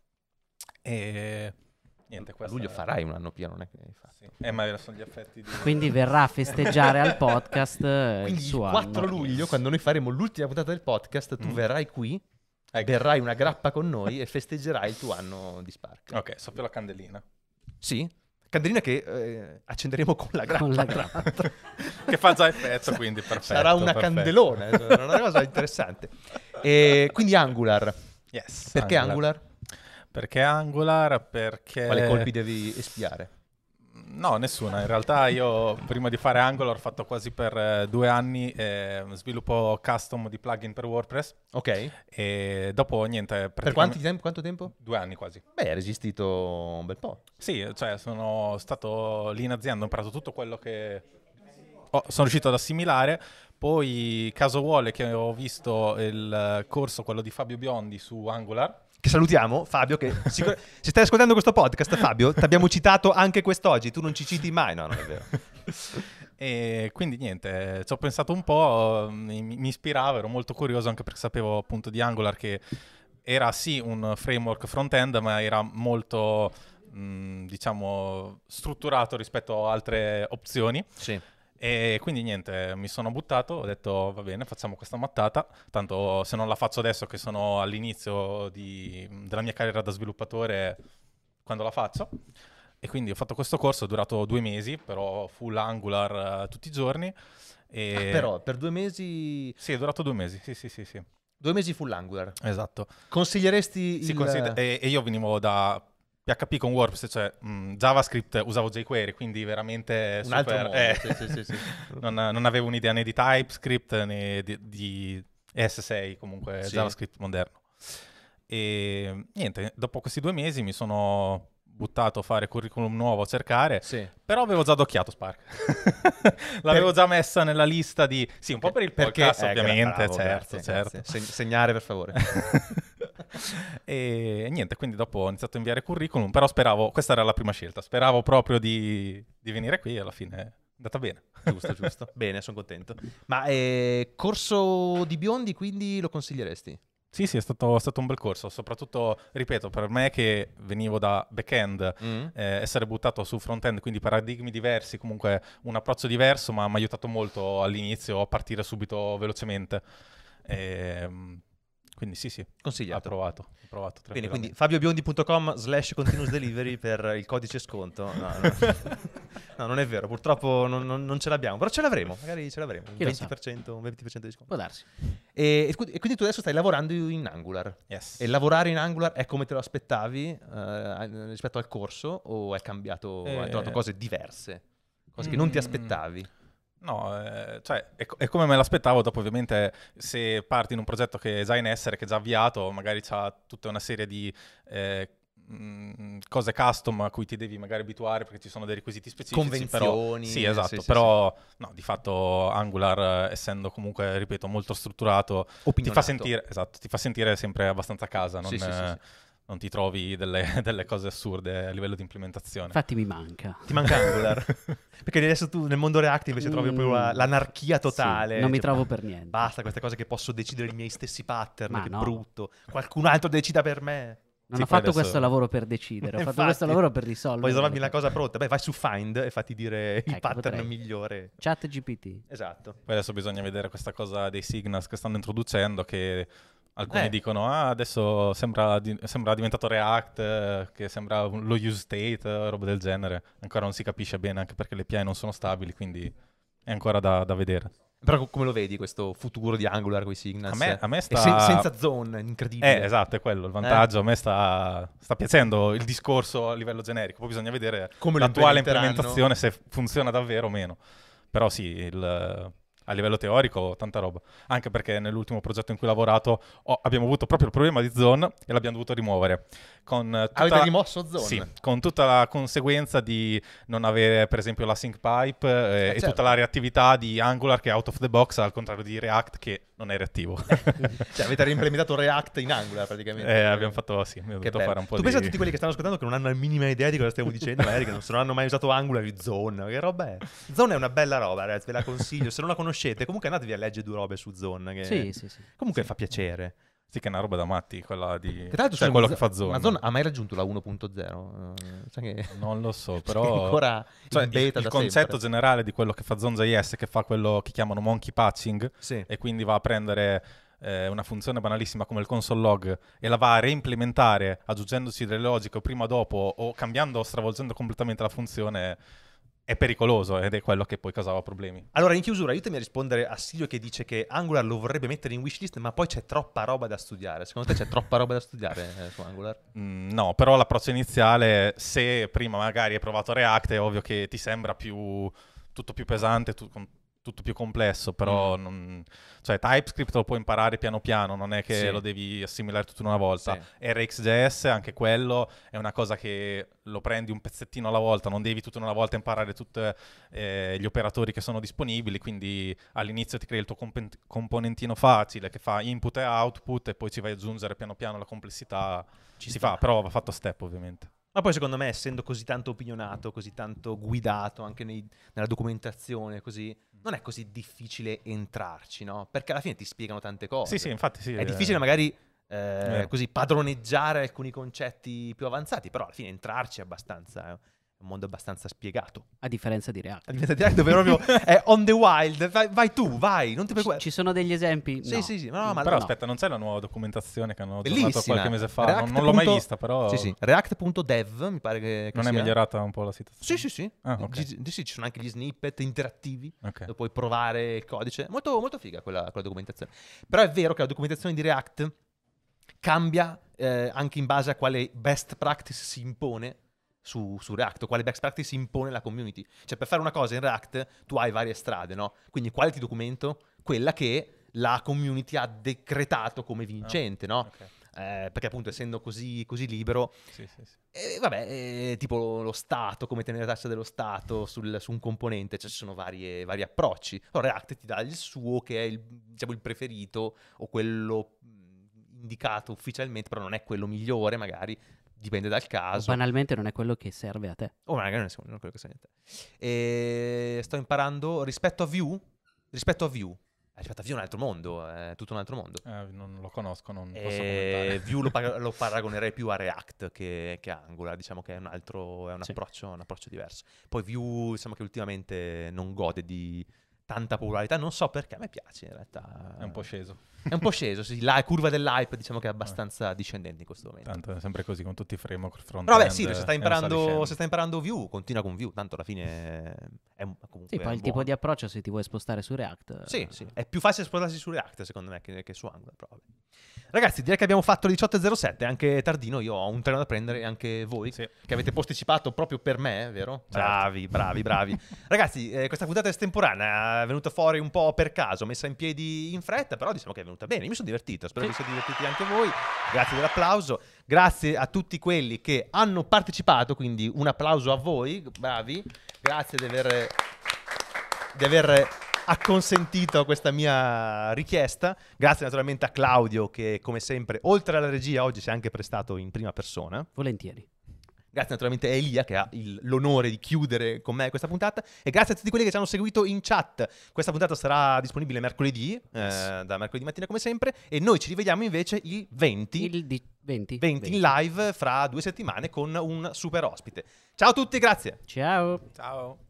e niente, A questo luglio è- farai un anno pieno, non è che fa. Sì. Eh, ma sono gli effetti di... Quindi verrà a festeggiare al podcast eh, Quindi il il suo quattro anno. luglio, quando noi faremo l'ultima puntata del podcast, tu Mm. verrai qui, Ecco. berrai una grappa con noi e festeggerai il tuo anno di Spark. Ok, soffio la candelina. Sì? Candelina che eh, accenderemo con la grappa. Con la tra grappa. l'altro. Che fa già effetto, quindi perfetto. Sarà una perfetto. candelona, è una cosa interessante. E quindi Angular. Yes, Perché Angular? Perché Angular? Perché... Quali colpi devi espiare? No, nessuna. In realtà io prima di fare Angular ho fatto quasi per eh, due anni eh, sviluppo custom di plugin per WordPress Ok. e dopo niente... Per praticamente- quanti tempo, quanto tempo? Due anni quasi. Beh, hai resistito un bel po'. Sì, cioè sono stato lì in azienda, ho imparato tutto quello che ho- sono riuscito ad assimilare. Poi caso vuole che ho visto il eh, corso, quello di Fabio Biondi su Angular. Che salutiamo, Fabio, che sicur- se stai ascoltando questo podcast, Fabio, ti abbiamo citato anche quest'oggi, tu non ci citi mai, no, non è vero. E quindi niente, ci ho pensato un po', mi, mi ispirava, ero molto curioso anche perché sapevo appunto di Angular che era sì un framework front-end, ma era molto, mh, diciamo, strutturato rispetto a altre opzioni. Sì. E quindi niente, mi sono buttato, ho detto va bene, facciamo questa mattata, tanto se non la faccio adesso che sono all'inizio di- della mia carriera da sviluppatore, quando la faccio? E quindi ho fatto questo corso, è durato due mesi, però full Angular eh, tutti i giorni. E... Ah, però, per due mesi... Sì, è durato due mesi, sì sì sì, sì. Due mesi full Angular. Esatto. Consiglieresti Si il... considera- e, e io venivo da P H P con WordPress, cioè mh, JavaScript usavo jQuery, quindi veramente un super, altro mondo. eh, Sì, sì, sì, sì. non, non avevo un'idea né di TypeScript né di, di E S sei, comunque Sì. JavaScript moderno. E niente, dopo questi due mesi mi sono buttato a fare curriculum nuovo a cercare, Sì. però avevo già adocchiato Spark. L'avevo già messa nella lista di... Sì, un po' per il Perché- podcast eh, ovviamente, bravo, certo, grazie, certo. grazie. Se- segnare per favore. E niente, quindi dopo ho iniziato a inviare curriculum, però speravo, questa era la prima scelta, speravo proprio di, di venire qui e alla fine è andata bene. Giusto, giusto. Bene, sono contento. Ma eh, corso di biondi, quindi lo consiglieresti? Sì, sì, è stato, è stato un bel corso, soprattutto, ripeto, per me che venivo da back-end, Mm. eh, essere buttato su front-end, quindi paradigmi diversi, comunque un approccio diverso, ma mi ha aiutato molto all'inizio a partire subito velocemente. Ehm, quindi sì, sì, ho Consigliato. provato, ho provato Bene, quindi tranquillamente. fabiobiondi.com slash continuous delivery per il codice sconto. No, no. No, non è vero, purtroppo non, non- non ce l'abbiamo, però ce l'avremo, magari ce l'avremo, un Chi lo sa? venti per cento, un venti per cento di sconto. Può darsi. E, e quindi- e quindi tu adesso stai lavorando in Angular. Yes. E lavorare in Angular è come te lo aspettavi eh, rispetto al corso o è cambiato, hai Eh. trovato cose diverse, cose che non ti Mm. aspettavi? No, eh, cioè è, co- è come me l'aspettavo. Dopo, ovviamente, se parti in un progetto che è già in essere, che è già avviato, magari c'ha tutta una serie di eh, mh, cose custom a cui ti devi magari abituare perché ci sono dei requisiti specifici. Però, Convenzioni. sì, esatto. sì, sì, però, no, di fatto Angular, eh, essendo comunque, ripeto, molto strutturato, sì. ti fa Opinionato. sentire, esatto, ti fa sentire sempre abbastanza a casa. Non, Sì, sì, sì, eh, sì. non ti trovi delle, delle cose assurde a livello di implementazione. Infatti mi manca. Ti manca Angular? Perché adesso tu nel mondo React invece trovi proprio la- Mm. l'anarchia totale. Sì, non mi Cioè, trovo bah, per niente. Basta queste cose che posso decidere i miei stessi pattern, Ma che no. brutto. Qualcun altro decida per me. Non Sì, ho poi fatto adesso- questo lavoro per decidere, ho fatto Infatti. questo lavoro per risolvere. Puoi trovarmi le una cosa pronta. Beh, vai su Find e fatti dire il Ecco, pattern potrei. migliore. Chat G P T. Esatto. Poi adesso bisogna vedere questa cosa dei signals che stanno introducendo, che alcuni Eh. dicono ah adesso sembra, di- sembra diventato React, eh, che sembra un- lo use state, eh, roba del genere. Ancora non si capisce bene, anche perché le A P I non sono stabili, quindi è ancora da, da vedere. Però co- come lo vedi questo futuro di Angular con i signals? A me, a me E sta... sen- senza zone, incredibile. Eh, esatto, è quello il vantaggio. A me sta, sta piacendo il discorso a livello generico. Poi bisogna vedere Come lo l'attuale implementeranno. implementazione, se funziona davvero o meno. Però sì, il- a livello teorico tanta roba. Anche perché nell'ultimo progetto in cui ho lavorato ho- abbiamo avuto proprio il problema di zone e l'abbiamo dovuto rimuovere. Con eh, tutta Avete la- rimosso zone? Sì, con tutta la conseguenza di non avere per esempio la sync pipe eh, e certo. tutta la reattività di Angular che è out of the box, al contrario di React che non è reattivo. Cioè, avete reimplementato React in Angular praticamente. Eh, abbiamo fatto, sì, abbiamo Che dovuto bello. fare un po' Tu di... pensa a tutti quelli che stanno ascoltando che non hanno la minima idea di cosa stiamo dicendo, magari che non, se non hanno mai usato Angular, di Zone. Che roba è? Zone è una bella roba, ragazzi, ve la consiglio. Se non la conoscete, comunque andatevi a leggere due robe su Zone. Che Sì, sì, sì. comunque fa piacere. Sì, che è una roba da matti, quella di... Che tra l'altro cioè sono- quello che fa Zone. Ma Zone ha mai raggiunto la uno punto zero? Eh, sai che... Non lo so, È però... ancora Cioè, in il, beta il da concetto sempre. generale di quello che fa Zone.js, che fa quello che chiamano monkey patching, Sì. e quindi va a prendere eh, una funzione banalissima come il console log e la va a reimplementare aggiungendoci delle logiche o prima o dopo o cambiando o stravolgendo completamente la funzione, è pericoloso ed è quello che poi causava problemi. Allora, in chiusura, aiutami a rispondere a Silvio che dice che Angular lo vorrebbe mettere in wishlist, ma poi c'è troppa roba da studiare. Secondo te c'è troppa roba da studiare eh, su Angular? Mm, no, però l'approccio iniziale, se prima magari hai provato React, è ovvio che ti sembra più tutto più pesante, tu- con- tutto più complesso, però Mm. non- cioè TypeScript lo puoi imparare piano piano, non è che Sì. lo devi assimilare tutto in una volta. Sì. R X J S, anche quello, è una cosa che lo prendi un pezzettino alla volta, non devi tutto in una volta imparare tutti gli operatori che sono disponibili, quindi all'inizio ti crei il tuo compen- componentino facile che fa input e output e poi ci vai ad aggiungere piano piano la complessità. Ci si sta. fa, però va fatto a step ovviamente. Ma poi secondo me, essendo così tanto opinionato, così tanto guidato anche nei- nella documentazione, così, non è così difficile entrarci, no? Perché alla fine ti spiegano tante cose. Sì, sì, infatti sì. È eh, difficile magari eh, vero. così padroneggiare alcuni concetti più avanzati, però alla fine entrarci è abbastanza, è un mondo abbastanza spiegato. A differenza di React. A diventa direct dove proprio è on the wild, vai, vai tu, vai, non ti Ci, preoccupare. ci sono degli esempi? Sì, No. sì, sì, no, ma Però no. aspetta, non c'è la nuova documentazione che hanno aggiornato Bellissima. qualche mese fa? React Non, non l'ho mai punto- vista, però Sì, sì, react punto dev mi pare che, che non è sia. migliorata un po' la situazione? Sì, sì, sì. Ah, ok. Gi- sì, ci sono anche gli snippet interattivi. Ok. Dove puoi provare il codice. Molto, molto figa quella, quella documentazione. Però è vero che la documentazione di React cambia eh, anche in base a quale best practice si impone su, su React, o quale best practice si impone la community. Cioè, per fare una cosa in React tu hai varie strade, no? Quindi quale ti documento? Quella che la community ha decretato come vincente, no? Ok. Eh, perché appunto essendo così, così libero, Sì, sì, sì. e vabbè, eh, tipo lo Stato, come tenere la tassa dello Stato sul- su un componente, cioè ci sono varie- vari approcci. Allora React ti dà il suo, che è il, diciamo, il preferito, o quello mh, indicato ufficialmente, però non è quello migliore magari, dipende dal O caso. banalmente non è quello che serve a te. O magari non è non è quello che sa niente. E sto imparando rispetto a Vue, rispetto a Vue, eh, rispetto a Vue è un altro mondo, è tutto un altro mondo. Eh, non lo conosco, non posso E commentare. Vue lo, par- lo paragonerei più a React che, che a Angular, diciamo che è un altro, è un Sì. approccio, un approccio diverso. Poi Vue, diciamo che ultimamente non gode di tanta popolarità, non so perché, a me piace in realtà. È un po' sceso. È un po' sceso, sì, la curva dell'hype diciamo che è abbastanza discendente in questo momento. Tanto è sempre così con tutti i framework front Però vabbè, sì, se stai imparando, se stai imparando Vue, continua con Vue, tanto alla fine è un, comunque Sì, è poi il buono. tipo di approccio, se ti vuoi spostare su React. Sì, eh, sì, è più facile spostarsi su React secondo me che, che su Angular, però vabbè. Ragazzi, direi che abbiamo fatto le diciotto e zero sette, anche tardino, io ho un treno da prendere, anche voi, Sì. che avete posticipato proprio per me, vero? Certo. Bravi, bravi, bravi. Ragazzi, eh, questa puntata estemporanea è venuta fuori un po' per caso, messa in piedi in fretta, però diciamo che è venuta bene, io mi sono divertito, spero che vi siate divertiti anche voi, grazie dell'applauso, grazie a tutti quelli che hanno partecipato, quindi un applauso a voi, bravi, grazie di aver... di aver acconsentito a questa mia richiesta. Grazie naturalmente a Claudio che come sempre oltre alla regia oggi si è anche prestato in prima persona. Volentieri. Grazie naturalmente a Elia che ha il- l'onore di chiudere con me questa puntata e grazie a tutti quelli che ci hanno seguito in chat. Questa puntata sarà disponibile mercoledì, eh, da mercoledì mattina come sempre, e noi ci rivediamo invece il venti, Il di- venti. venti in live fra due settimane con un super ospite. Ciao a tutti, grazie! Ciao. Ciao.